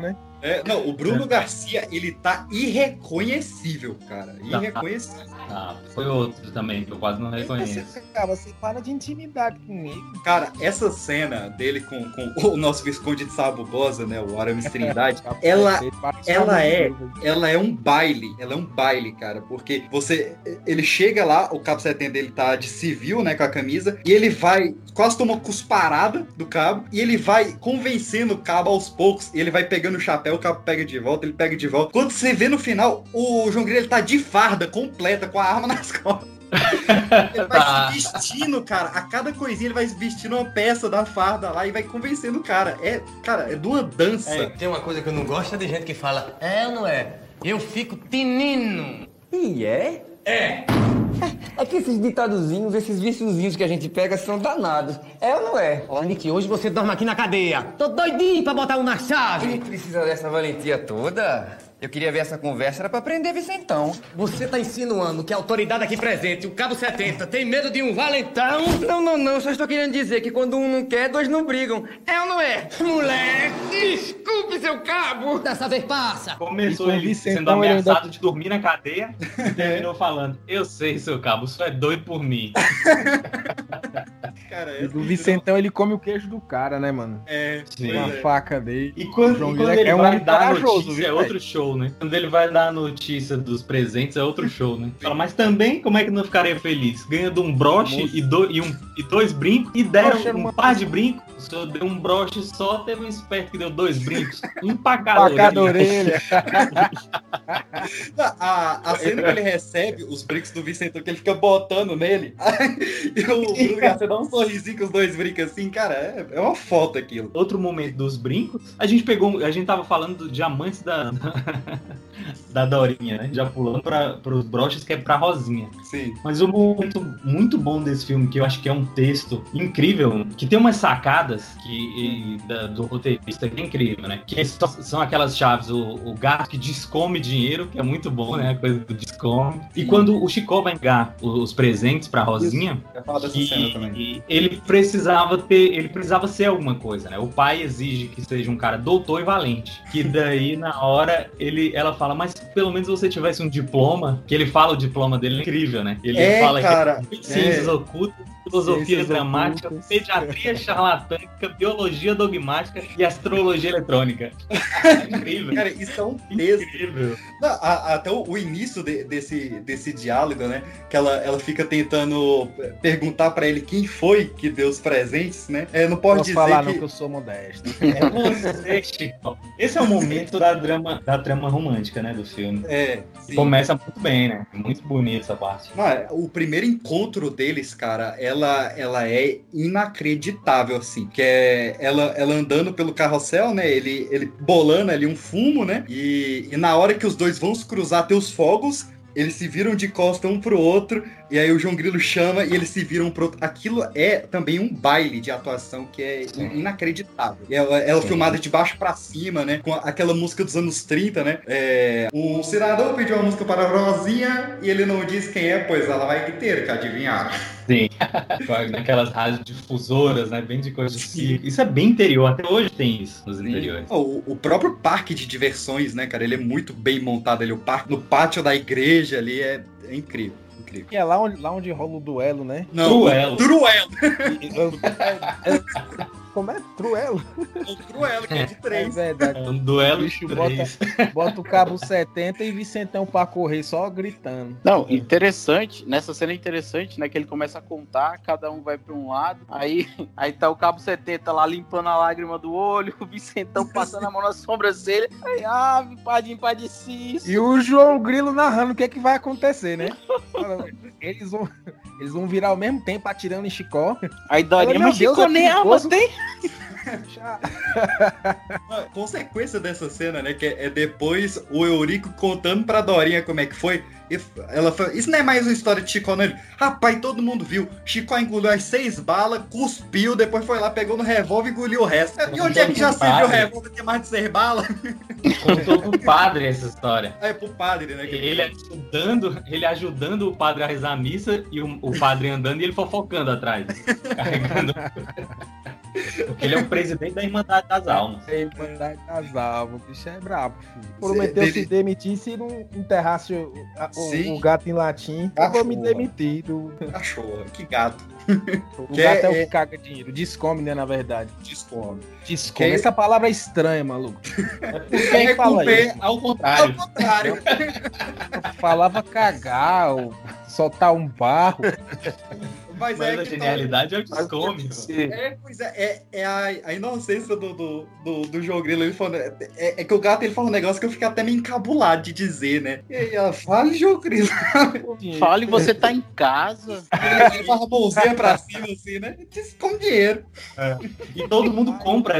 Não, o Bruno Garcia, ele tá irreconhecível, cara. Irreconhecível. Foi outro também, que eu quase não reconheço. Você para de intimidade comigo. Cara, essa cena dele com o nosso Visconde de Sabugosa, né? O Aramis Trindade, ela é um baile. Ela é um baile, cara. Porque ele chega lá, o Cabo 70 ele tá de civil, né? Com a camisa, e ele vai, quase toma uma cusparada do Cabo, e ele vai convencendo o Cabo aos poucos, e ele vai pegando o chapéu, o Cabo pega de volta, ele pega de volta. Quando você vê no final, o João Grilo ele tá de farda completa, com a arma nas costas. Ele vai se vestindo, cara. A cada coisinha ele vai vestindo uma peça da farda lá e vai convencendo o cara. É de uma dança. Tem uma coisa que eu não gosto de gente que fala, ou não é? Eu fico tinino. E é? É que esses ditadozinhos, esses viciozinhos que a gente pega são danados. É ou não é? Olha que hoje você dorme aqui na cadeia. Tô doidinho pra botar um na chave. E precisa dessa valentia toda? Eu queria ver essa conversa, era pra prender Vicentão. Você tá insinuando que a autoridade aqui presente, o Cabo 70, tem medo de um valentão? Não, só estou querendo dizer que quando um não quer, dois não brigam. É ou não é? Moleque, desculpe, seu cabo. Dessa vez passa. Começou ele sendo ameaçado de dormir na cadeia e terminou falando, eu sei, seu Cabo, você é doido por mim. Cara, o Vicentão, ele come o queijo do cara, né, mano? Sim. Com a faca dele. E quando ele vai dar a notícia, é outro show, né? Quando ele vai dar a notícia dos presentes, é outro show, né? Fala, mas também, como é que não ficaria feliz? Ganhando um broche e dois brincos, e deram um par de brincos. O senhor deu um broche só, teve um esperto que deu 2 brincos. Um pra cada orelha. A cena que ele recebe os brincos do Vicentão, que ele fica botando nele, e o Bruno Garcia dá um sorrisinho com os 2 brincos assim, cara, é uma foto aquilo. Outro momento dos brincos, a gente tava falando do diamantes da Dorinha, né? Já pulando pros broches, que é pra Rosinha. Sim. Mas um momento muito bom desse filme, que eu acho que é um texto incrível, que tem umas sacadas do roteirista que é incrível, né? Que são aquelas chaves, o gato que descome dinheiro, que é muito bom, né? A coisa do descome. E quando o Chicó vai engar os presentes pra Rosinha, ele precisava ser alguma coisa, né? O pai exige que seja um cara doutor e valente. Que daí, na hora, ela fala, mas se pelo menos você tivesse um diploma, que ele fala o diploma dele, é incrível, né? Ele fala que ciências ocultas, filosofia dramática, pediatria charlatânica, biologia dogmática e astrologia eletrônica. É incrível. Cara, isso é um texto. Incrível. Até o início desse diálogo, né? Que ela fica tentando perguntar pra ele quem foi que deu os presentes, né? Não pode dizer falar que eu sou modesto. É você, Chico. Esse é o momento da trama romântica, né, do filme. Começa muito bem, né? Muito bonita essa parte. O primeiro encontro deles, cara, ela é inacreditável, assim. Que é ela andando pelo carrossel, né? Ele bolando ali um fumo, né? E na hora que os dois vão se cruzar, tem os fogos. Eles se viram de costa um pro outro, e aí o João Grilo chama e eles se viram pro outro. Aquilo é também um baile de atuação que é inacreditável. E ela filmada de baixo pra cima, né? Com aquela música dos anos 30, né? O senador pediu uma música para a Rosinha e ele não disse quem é, pois ela vai ter que adivinhar. Sim, naquelas rádios difusoras, né? Bem de coisa assim. Isso é bem interior, até hoje tem isso nos interiores. O próprio parque de diversões, né, cara? Ele é muito bem montado ali. No pátio da igreja ali é incrível. E é lá onde rola o duelo, né? Não, Truelo. Como é? Truelo? O Truelo, que é de 3. É verdade. Um duelo de 3. Bota o Cabo 70 e Vicentão pra correr só gritando. Não, interessante. Nessa cena é interessante, né? Que ele começa a contar, cada um vai pra um lado. Aí tá o Cabo 70 lá limpando a lágrima do olho, o Vicentão passando a mão na sobrancelha. Aí, padecíssimo. E o João Grilo narrando o que é que vai acontecer, né? Eles vão virar ao mesmo tempo atirando em Chicó. Aí Dorinha, mas Chicó nem arma tem. Consequência dessa cena, né? Que é depois o Eurico contando pra Dorinha como é que foi. Ela fala, isso não é mais uma história de Chicó, não. Rapaz, todo mundo viu. Chicó engoliu as 6 balas, cuspiu, depois foi lá, pegou no revólver e engoliu o resto. E onde é que já serviu o revólver ter mais de 6 balas? Contou pro padre essa história. Pro padre, né? Ele ajudando o padre a rezar a missa e o padre andando e ele fofocando atrás. Carregando. Porque ele é o presidente da Irmandade das Almas. É Irmandade das Almas, o bicho é brabo, filho. Prometeu se demitir se não enterrasse o gato em latim. Eu vou me demitir do cachorro. Que gato. O gato é o que caga dinheiro. Descome, né, na verdade. Descome. Essa palavra é estranha, maluco. Quem que fala isso? Ao contrário. Ao contrário. Falava cagar, ou soltar um barro. Mas a genialidade é o descome. Pois é a inocência do João Grilo. Ele falou, é que o gato ele fala um negócio que eu fiquei até meio encabulado de dizer, né? E aí ela, fale, João Grilo. Fale, você tá em casa. Ele fala a mãozinha pra cima, assim, né? Com dinheiro. E todo mundo compra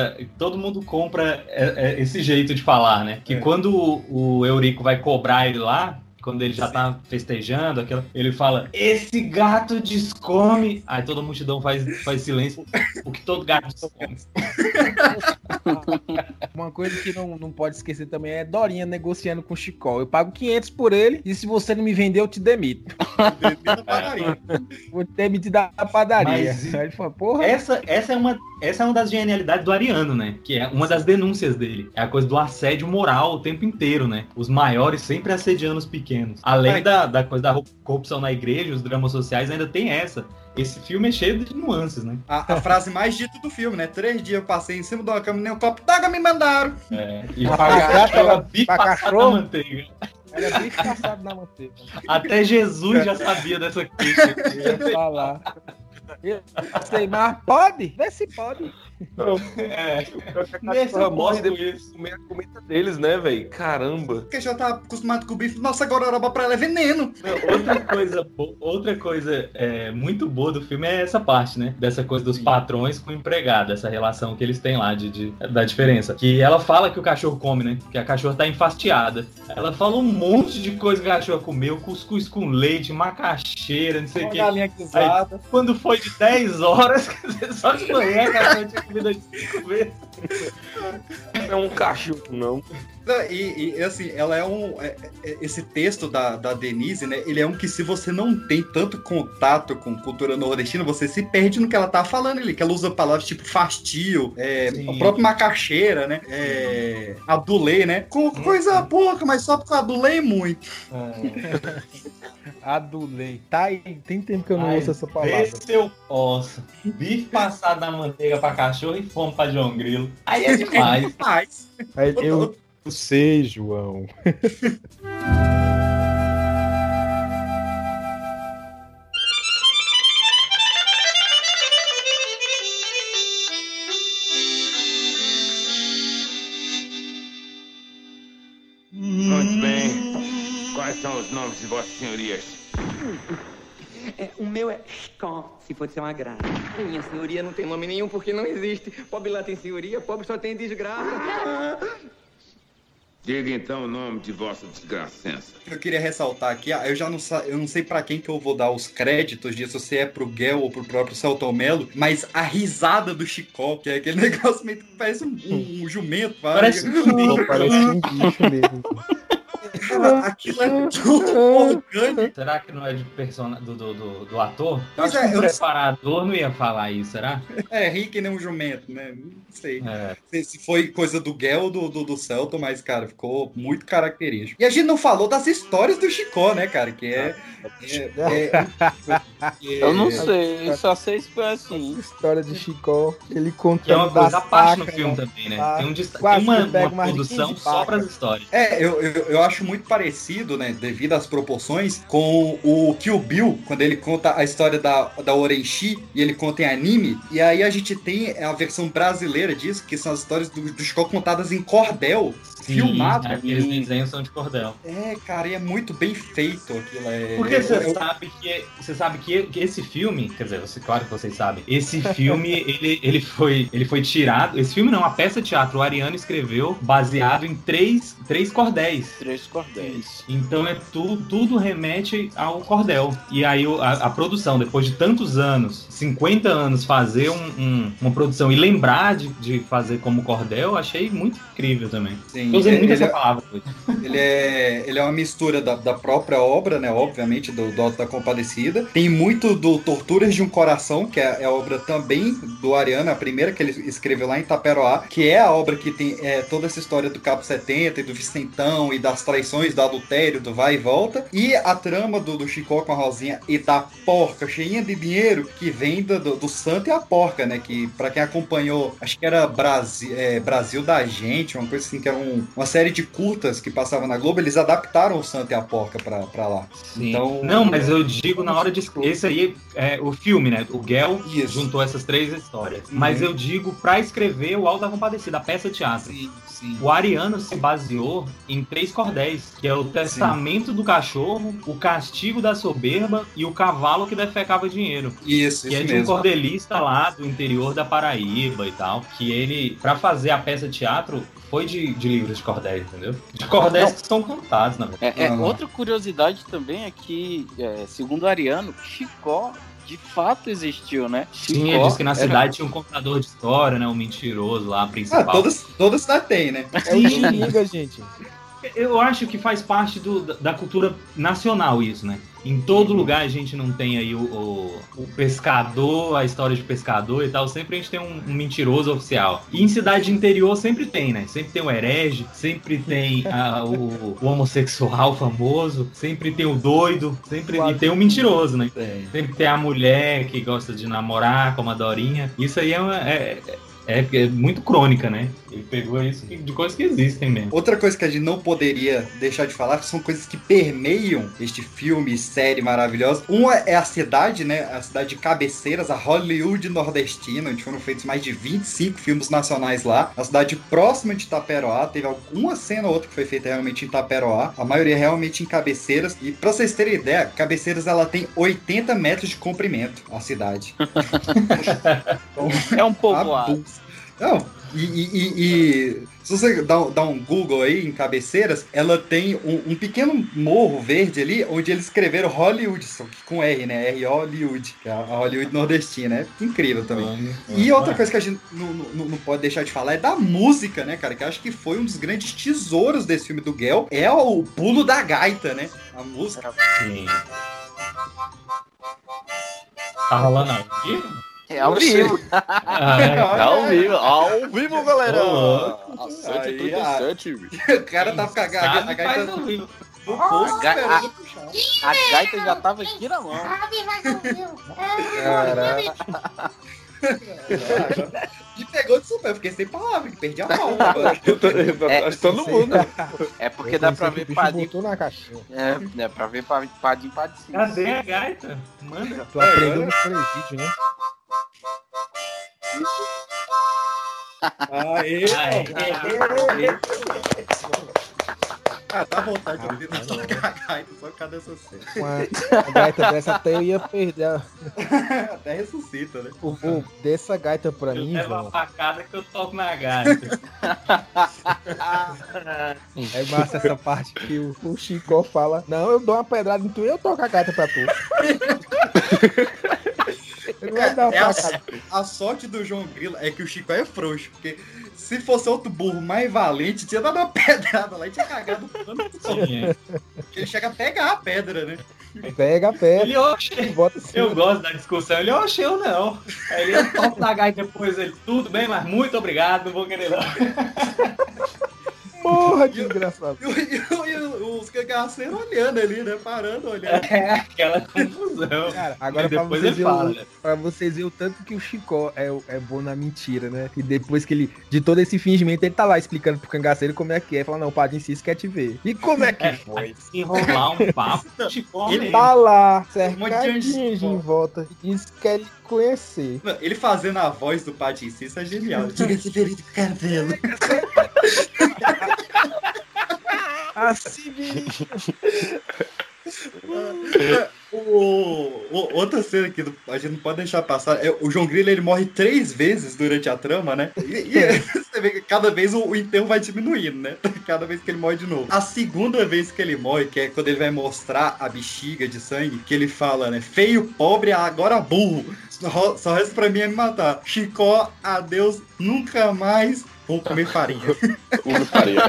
esse jeito de falar, né? Que quando o Eurico vai cobrar ele lá, quando ele já tá festejando, ele fala, esse gato descome. Aí toda a multidão faz silêncio, porque todo gato descome. Uma coisa que não pode esquecer também é Dorinha negociando com o Chicó. Eu pago 500 por ele e se você não me vender, eu te demito. Vou te demitir da padaria. Mas, aí ele fala, porra. Essa é uma das genialidades do Ariano, né? Que é uma das denúncias dele. É a coisa do assédio moral o tempo inteiro, né? Os maiores sempre assediando os pequenos. Além da coisa da corrupção na igreja, os dramas sociais, ainda tem essa. Esse filme é cheio de nuances, né? A frase mais dita do filme, né? 3 dias eu passei em cima de uma cama, nem um copo d'água me mandaram. E pagar bife passado na manteiga. Era bife passado na manteiga. Até Jesus já sabia dessa queixa. Eu ia falar. Eu sei, mas pode? Vê se pode. Morre depois de comer a comida deles, né, velho? Caramba. Porque já tá acostumado com o bife. Nossa, gororoba pra ela é veneno. Outra coisa muito boa do filme é essa parte, né? Dessa coisa dos patrões com o empregado, essa relação que eles têm lá da diferença. Que ela fala que o cachorro come, né? Que a cachorra tá enfastiada. Ela fala um monte de coisa que a cachorra comeu, cuscuz com leite, macaxeira, não sei o que. Aí, quando foi de 10 horas, quer dizer, só de manhã a cachorra tinha comida de 5 vezes. Não é um cachorro, não. E assim, ela esse texto da Denise, né? Ele é um que se você não tem tanto contato com cultura nordestina, você se perde no que ela tá falando ali, que ela usa palavras tipo fastio, o próprio macaxeira, né? Adulei, né? Com coisa pouca, mas só porque eu adulei muito. Adulei. Tá aí, tem tempo que eu não ouço essa palavra. Vê se eu posso. Bife passado na manteiga pra cachorro e fome pra João Grilo. Aí é demais. Aí eu sei, João. Muito bem. Quais são os nomes de vossas senhorias? O meu é Chicó, se for ser uma graça. Minha senhoria não tem nome nenhum porque não existe. Pobre lá tem senhoria, pobre só tem desgraça. Diga então o nome de vossa desgracença. Eu queria ressaltar aqui, eu não sei pra quem que eu vou dar os créditos disso, se é pro Guel ou pro próprio Celton Mello, mas a risada do Chicó, que é aquele negócio meio que parece um jumento. Parece um jumento. Parece um bicho mesmo. Cara, aquilo é tudo orgânico. Será que não é de do ator? Eu Pois acho que o eu preparador não ia falar isso, será? Ri que nem um jumento, né? Não sei. Se foi coisa do Guel ou do Celton, mas, cara, ficou muito característico. E a gente não falou das histórias do Chicó, né, cara? Que eu não sei, eu só sei se foi assim. História de Chicó, ele Que é contando uma coisa à parte no sacas, filme também, né? Tem Quase uma que pega mais de produção 15 só pacas. pras histórias. Eu acho muito parecido, né, devido às proporções, com o Kill Bill, quando ele conta a história da Orenchi, e ele conta em anime, e aí a gente tem a versão brasileira disso, que são as histórias do Chicó contadas em cordel, filmado. Aqueles desenhos são de cordel. Cara, e é muito bem feito aquilo. Porque você sabe que esse filme, quer dizer, claro que vocês sabem, esse filme, ele foi tirado, esse filme não, a peça de teatro, o Ariano escreveu baseado em três cordéis. 10. Então tudo remete ao cordel. E aí a produção, depois de tantos anos, 50 anos, fazer uma produção e lembrar de fazer como cordel, achei muito incrível também. Sim, eu usei muito essa palavra. Ele é uma mistura da própria obra, né? Obviamente, do Alto da Compadecida. Tem muito do Torturas de um Coração, que é a obra também do Ariano, a primeira que ele escreveu lá em Itaperoá, que é a obra que tem toda essa história do Cabo 70 e do Vicentão e das traições, do adultério, do vai e volta. E a trama do Chicó com a Rosinha e da porca cheinha de dinheiro, que vem do Santo e a Porca, né? Que pra quem acompanhou, acho que era Brasil da Gente, uma coisa assim, que era uma série de curtas que passava na Globo, eles adaptaram o Santo e a Porca pra lá. Sim. Então, não, mas eu digo na hora de... Esse aí é o filme, né? O Guel juntou essas 3 histórias. Mas eu digo pra escrever o Alto da Compadecida, a peça teatro. Sim. O Ariano se baseou em 3 cordéis, que é o Testamento do Cachorro, o Castigo da Soberba e o Cavalo que Defecava Dinheiro. Isso que é de mesmo. um cordelista lá do interior da Paraíba e tal, que ele, pra fazer a peça teatro, foi de livros de cordéis, entendeu? De cordéis que são contados, na verdade. Outra curiosidade também é que, segundo Ariano, Chicó de fato existiu, né? Sim, ele disse que na cidade tinha um contador de história, né? Um mentiroso lá, principal. Toda cidade tem, né? É o Xinga, gente. Eu acho que faz parte da cultura nacional isso, né? Em todo lugar a gente não tem aí o pescador, a história de pescador e tal. Sempre a gente tem um mentiroso oficial. E em cidade de interior sempre tem, né? Sempre tem o herege, sempre tem o homossexual famoso, sempre tem o doido, e tem o mentiroso, né? Sempre tem a mulher que gosta de namorar com a Dorinha. Isso aí é muito crônica, né? Ele pegou isso de coisas que existem mesmo. Outra coisa que a gente não poderia deixar de falar, que são coisas que permeiam este filme, série maravilhosa. Uma é a cidade, né? A cidade de Cabeceiras, a Hollywood nordestina, onde foram feitos mais de 25 filmes nacionais lá. A cidade próxima de Itaperoá, teve alguma cena ou outra que foi feita realmente em Itaperoá. A maioria realmente em Cabeceiras. E pra vocês terem ideia, Cabeceiras ela tem 80 metros de comprimento, a cidade. É um povoado. Não, e se você dá um Google aí em Cabeceiras, ela tem um pequeno morro verde ali, onde eles escreveram Hollywood, só que com R, né? Hollywood, que é a Hollywood nordestina, é incrível também. E outra coisa que a gente não pode deixar de falar é da música, né, cara? Que eu acho que foi um dos grandes tesouros desse filme do Guel, é o pulo da gaita, né? A música. Sim. Tá rolando aqui? É ao vivo. Ao vivo, galera. Às 7h37. O cara tá com a gaita no bolso, a gaita já tava aqui na mão. Caraca. Me pegou de super, fiquei sem palavra, que perdi a palma agora. Todo mundo. É porque dá pra ver Padinho. Botou na caixinha. Dá pra ver Padinho. Cadê a gaita? Manda. Tu aprendeu no presídio, né? Aê! Dá vontade de ouvir tocar a gaita só por causa dessa cena. Uma gaita dessa até eu ia perder. Até ressuscita, né? Dessa gaita pra mim, leva João. a facada que eu toco na gaita. É massa essa parte que o Chicó fala: não, eu dou uma pedrada em tu e eu toco a gaita pra tu. A sorte do João Grilo é que o Chico é frouxo, porque se fosse outro burro mais valente, tinha dado uma pedrada lá e tinha cagado o pano. Porque ele chega a pegar a pedra, né? Pega a pedra. Eu gosto da discussão. Ele, eu não. Aí ele toca na gaita depois, ele, tudo bem, mas muito obrigado, não vou querer não. Porra, que engraçado. E os cangaceiros olhando ali, né? Parando, olhando. É, aquela confusão. Cara, agora depois ele fala, né? Pra vocês verem o tanto que o Chicó é bom na mentira, né? E depois que ele, de todo esse fingimento, ele tá lá explicando pro cangaceiro como é que é. Fala, não, o Padinho Cis quer te ver. E como é que foi? Se enrolar um papo, Chicó ele tá lá, cercadinho em volta, e diz que quer ele conhecer. Ele fazendo a voz do Padinho Cis é genial. Diga esse ferido com cabelo. Assim mesmo. Outra cena que a gente não pode deixar passar é o João Grilo, ele morre 3 vezes durante a trama, né? E você você vê que cada vez o enterro vai diminuindo, né? Cada vez que ele morre de novo. A segunda vez que ele morre, que é quando ele vai mostrar a bexiga de sangue, que ele fala, né? Feio, pobre, agora burro. Só resta pra mim é me matar. Chicó, adeus, nunca mais vou comer farinha. Comer farinha.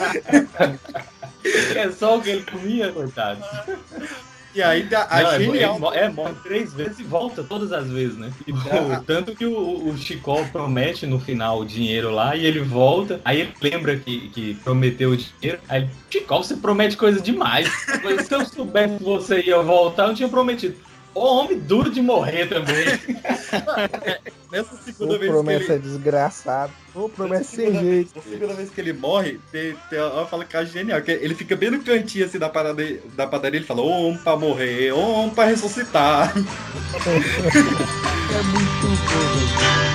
É só o que ele comia, coitado. E aí genial. Morre 3 vezes e volta todas as vezes, né? E, tanto que o Chicó promete no final o dinheiro lá e ele volta, aí ele lembra que prometeu o dinheiro, aí ele, Chicó, você promete coisa demais. Se eu soubesse que você ia voltar, eu não tinha prometido. O homem duro de morrer também. Nessa segunda vez promessa que ele... é desgraçado. Promessa sem jeito. Na segunda vez que ele morre, ela fala que é genial. Que ele fica bem no cantinho assim da padaria, ele fala, homem pra morrer, homem pra ressuscitar. É muito bom.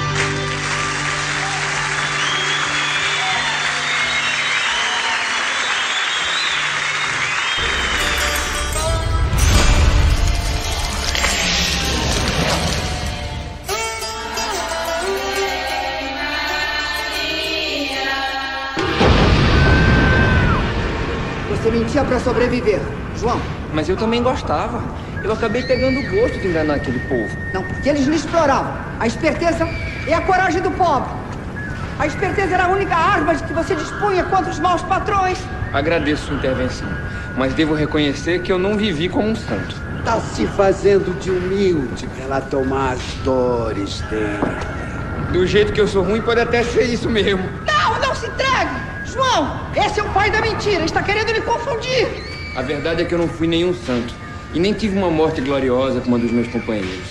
Você mentia pra sobreviver, João. Mas eu também gostava. Eu acabei pegando gosto de enganar aquele povo. Não, porque eles me exploravam. A esperteza é a coragem do pobre. A esperteza era a única arma de que você dispunha contra os maus patrões. Agradeço sua intervenção, mas devo reconhecer que eu não vivi como um santo. Tá se fazendo de humilde pra ela tomar as dores dele. Do jeito que eu sou ruim, pode até ser isso mesmo. Não se entregue! João, esse é o pai da mentira, está querendo me confundir. A verdade é que eu não fui nenhum santo e nem tive uma morte gloriosa como a dos meus companheiros.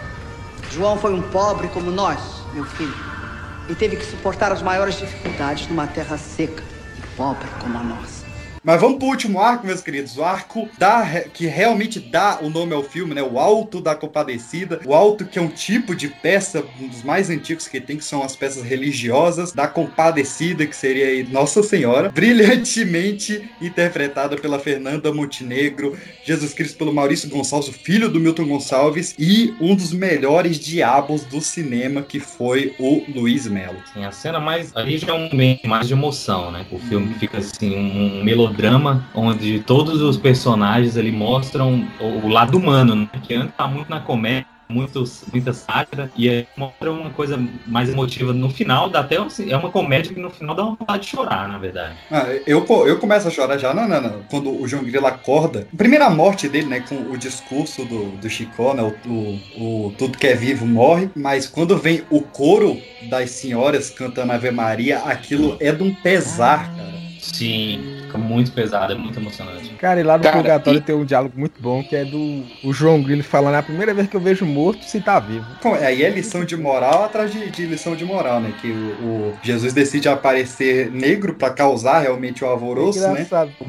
João foi um pobre como nós, meu filho, e teve que suportar as maiores dificuldades numa terra seca e pobre como a nossa. Mas vamos pro último arco, meus queridos. O arco que realmente dá o nome ao filme, né? O Alto da Compadecida. O Alto, que é um tipo de peça, um dos mais antigos que tem, que são as peças religiosas da Compadecida, que seria aí Nossa Senhora. Brilhantemente interpretada pela Fernanda Montenegro. Jesus Cristo pelo Maurício Gonçalves, o filho do Milton Gonçalves. E um dos melhores diabos do cinema, que foi o Luiz Melo. Sim, a cena aí já é um momento mais de emoção, né? O filme fica assim, um melodrama, onde todos os personagens ali mostram o lado humano, né? Que antes tá muito na comédia, muita sátira, e aí mostra uma coisa mais emotiva no final, dá até é uma comédia que no final dá uma vontade de chorar, na verdade. Eu começo a chorar já quando o João Grilo acorda. A primeira morte dele, né, com o discurso do Chicó, né, o tudo que é vivo morre, mas quando vem o coro das senhoras cantando Ave Maria, aquilo é de um pesar, cara. Sim, fica muito pesado, é muito emocionante. Cara, e lá no Purgatório tem um diálogo muito bom, que é o João Grilo falando, a primeira vez que eu vejo morto, se tá vivo. Aí é lição de moral atrás de lição de moral, né? Que o Jesus decide aparecer negro pra causar realmente o alvoroço, né?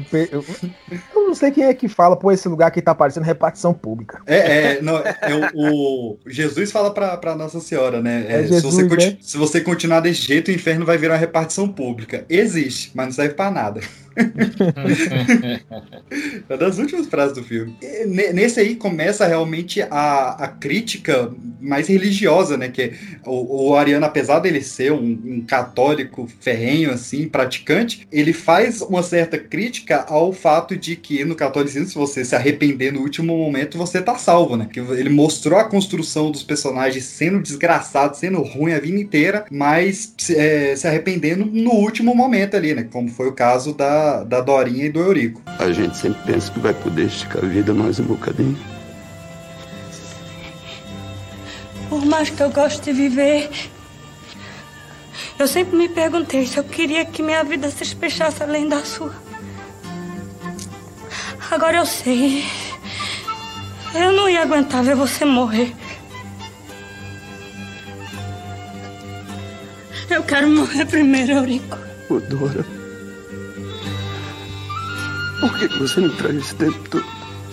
Eu não sei quem é que fala, pô, esse lugar aqui tá parecendo repartição pública. O Jesus fala pra Nossa Senhora, né? Jesus, se você continuar desse jeito, o inferno vai virar uma repartição pública. Existe, mas não serve pra nada. É uma das últimas frases do filme. Nesse aí começa realmente a crítica mais religiosa, né? Que o Ariano, apesar dele ser um católico ferrenho, assim, praticante, ele faz uma certa crítica ao fato de que no catolicismo, se você se arrepender no último momento, você tá salvo, né? Que ele mostrou a construção dos personagens sendo desgraçado, sendo ruim a vida inteira, mas se arrependendo no último momento ali, né? Como foi o caso da Dorinha e do Eurico. A gente sempre pensa que vai poder esticar a vida mais um bocadinho. Por mais que eu goste de viver, eu sempre me perguntei se eu queria que minha vida se despechasse além da sua. Agora eu sei. Eu não ia aguentar ver você morrer. Eu quero morrer primeiro, Eurico. Ô, Dora, por que você me traz esse tempo todo?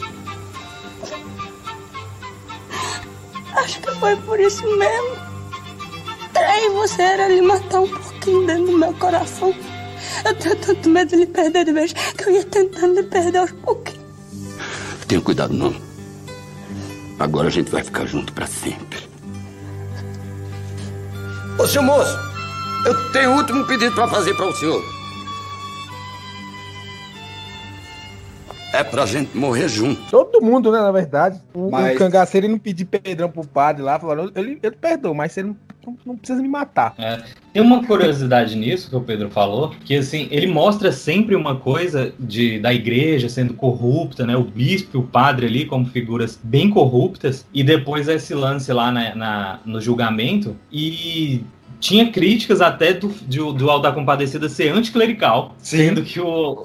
Acho que foi por isso mesmo. Trair você era lhe matar um pouquinho dentro do meu coração. Eu tenho tanto medo de lhe perder de vez que eu ia tentando lhe perder aos pouquinhos. Tenha cuidado, não. Agora a gente vai ficar junto pra sempre. Ô, seu moço, Eu tenho um último pedido pra fazer para o senhor. É pra gente morrer junto. Todo mundo, né, na verdade. O Cangaceiro ele não pedir perdão pro padre lá, falando, eu perdoo, mas você não precisa me matar. Tem uma curiosidade nisso que o Pedro falou, que assim, ele mostra sempre uma coisa da igreja sendo corrupta, né? O bispo e o padre ali como figuras bem corruptas, e depois esse lance lá no julgamento, e tinha críticas até do Auto da Compadecida ser anticlerical, sendo que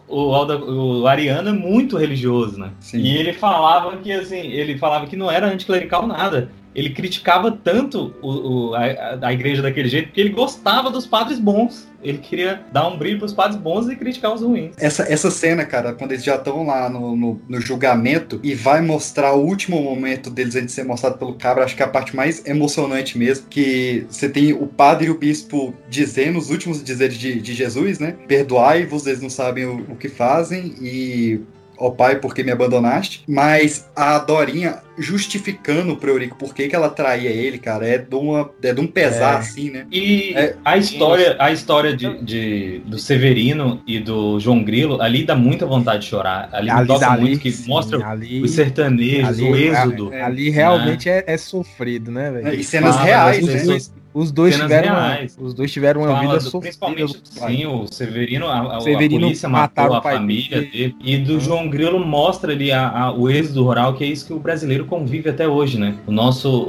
o Ariano é muito religioso, né? Sim. E ele falava que não era anticlerical nada. Ele criticava tanto a igreja daquele jeito porque ele gostava dos padres bons. Ele queria dar um brilho pros padres bons e criticar os ruins. Essa cena, cara, quando eles já estão lá no julgamento e vai mostrar o último momento deles antes de ser mostrado pelo cabra, acho que é a parte mais emocionante mesmo, que você tem o padre e o bispo dizendo os últimos dizeres de Jesus, né? Perdoai-vos, eles não sabem o que fazem, e ó pai, por que me abandonaste? Mas a Dorinha justificando pro Eurico por que ela traía ele, cara, é de um pesar, assim, né? E a história do Severino e do João Grilo, ali dá muita vontade de chorar. Ali toca muito, que mostra os sertanejos, o êxodo. Ali realmente é sofrido, né, velho? E cenas reais, né? Os dois tiveram uma vida sofrida. Sim, o Severino, a polícia matou a família dele. E do João Grilo mostra ali o êxodo rural, que é isso que o brasileiro convive até hoje, né? Os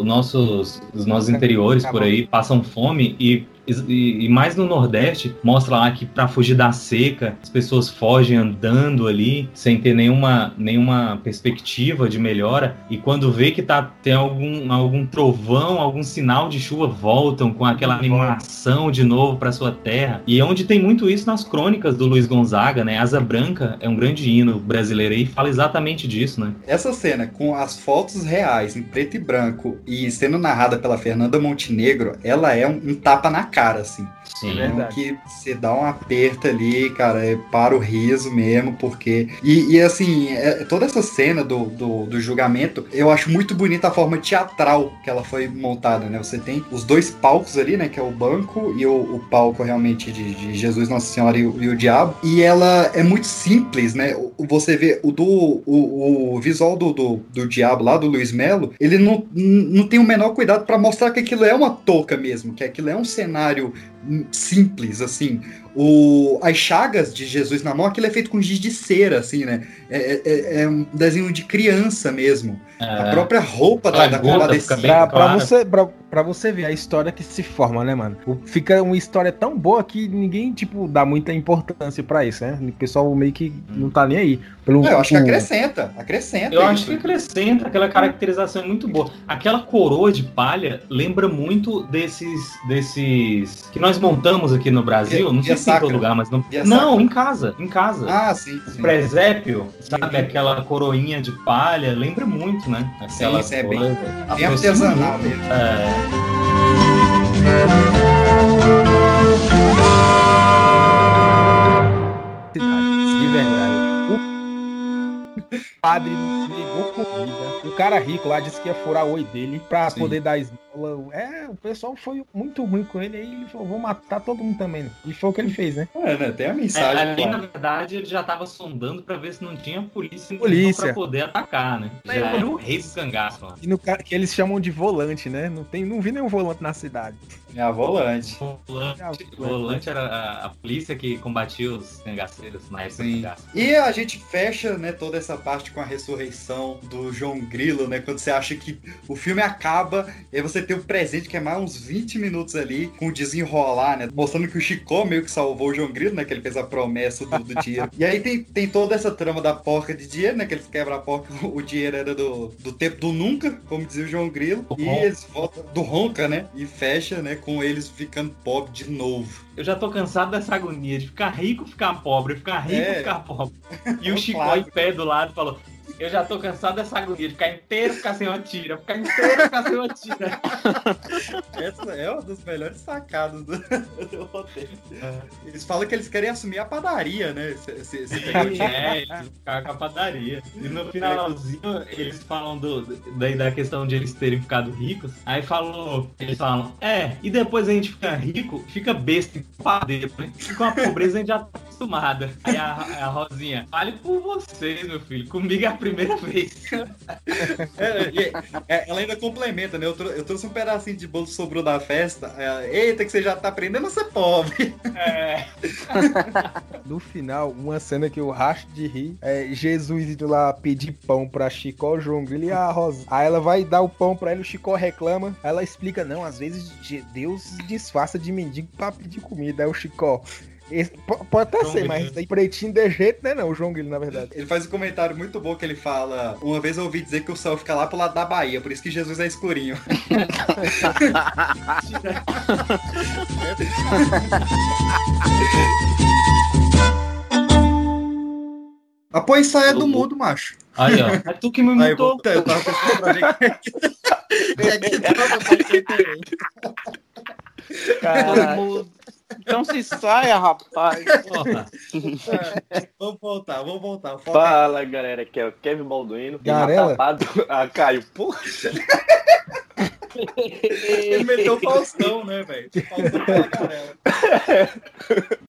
nossos interiores por aí passam fome e mais no Nordeste, mostra lá que pra fugir da seca, as pessoas fogem andando ali, sem ter nenhuma perspectiva de melhora, e quando vê que tem algum trovão, algum sinal de chuva, voltam com aquela animação de novo pra sua terra. E onde tem muito isso nas crônicas do Luiz Gonzaga, né? Asa Branca é um grande hino brasileiro e fala exatamente disso, né? Essa cena, com as fotos reais, em preto e branco, e sendo narrada pela Fernanda Montenegro, ela é um tapa na cara, assim. Sim, é que você dá um aperto ali, cara, para o riso mesmo, porque... E assim, toda essa cena do julgamento, eu acho muito bonita a forma teatral que ela foi montada, né? Você tem os dois palcos ali, né? Que é o banco e o palco realmente de Jesus, Nossa Senhora e o Diabo. E ela é muito simples, né? Você vê o visual do Diabo lá, do Luiz Melo, ele não tem o menor cuidado para mostrar que aquilo é uma touca mesmo, que aquilo é um cenário simples, assim. As chagas de Jesus na mão, aquilo é feito com giz de cera, assim, né? É um desenho de criança mesmo. A própria roupa da compadecida. Pra você ver a história que se forma, né, mano? Fica uma história tão boa que ninguém, tipo, dá muita importância pra isso, né? O pessoal meio que não tá nem aí. Eu acho que acrescenta. Eu acho que acrescenta, aquela caracterização é muito boa. Aquela coroa de palha lembra muito desses que nós montamos aqui no Brasil, não sei se em todo lugar, mas não, em casa. Ah, sim. Presépio, sabe? Aquela coroinha de palha, lembra muito, né? Aquela sim, é bem artesanal mesmo. De verdade. O padre ligou comida. O cara rico lá disse que ia furar o oi dele pra poder dar esmola. O pessoal foi muito ruim com ele. Aí ele falou, vou matar todo mundo também. Né? E foi o que ele fez, né? Né? Tem a mensagem. Ali, na verdade, ele já tava sondando pra ver se não tinha polícia pra poder atacar, né? Já era o rei dos cangaços. Que eles chamam de volante, né? Não vi nenhum volante na cidade. É a volante. Volante era a polícia que combatia os cangaceiros na época do cangaço. E a gente fecha, né, toda essa parte com a ressurreição do João Grilo, né? Quando você acha que o filme acaba, e aí você tem o presente, que é mais uns 20 minutos ali, com o desenrolar, né? Mostrando que o Chicó meio que salvou o João Grilo, né? Que ele fez a promessa do dinheiro. E aí tem toda essa trama da porca de dinheiro, né? Que eles quebram a porca, o dinheiro era do tempo do nunca, como dizia o João Grilo. E eles voltam do ronca, né? E fecha, né? Com eles ficando pobre de novo. Eu já tô cansado dessa agonia de ficar rico, ficar pobre, ficar rico, ficar pobre. E o Chicó em pé do lado falou: eu já tô cansado dessa agonia de ficar inteiro ficar sem uma tira, ficar inteiro ficar sem uma tira. Essa é uma das melhores sacadas do roteiro. Eles falam que eles querem assumir a padaria, né? Eles ficar com a padaria. E no finalzinho, eles falam da questão de eles terem ficado ricos. Aí eles falam, e depois a gente fica rico, fica besta, padeiro, né? E com a pobreza a gente já tá acostumada. Aí a Rosinha, fale por vocês, meu filho, comigo é a primeira vez. Ela ainda complementa, né? Eu trouxe um pedacinho de bolo que sobrou da festa. Eita, que você já tá aprendendo a ser pobre. No final, uma cena que eu racho de rir é Jesus indo lá pedir pão pra Chicó, João Grilo e a Rosa. Aí ela vai dar o pão pra ele, o Chicó reclama. Aí ela explica, não, às vezes Deus disfarça de mendigo pra pedir comida. Aí o Chicó... pode até ser, mas aí pretinho de jeito, né? Não, o João Grilo, na verdade. Ele faz um comentário muito bom que ele fala: uma vez eu ouvi dizer que o céu fica lá pro lado da Bahia, por isso que Jesus é escurinho. Após saia do mudo, macho. Aí, ó. É tu que me imitou. Eu tava pensando pra ver que tava Caralho. Então se saia, rapaz. Vamos voltar. Fala, galera, que é o Kevin Balduino. Garela? Caio, poxa. Ele meteu o Faustão, né, velho? Faustão pela Garela.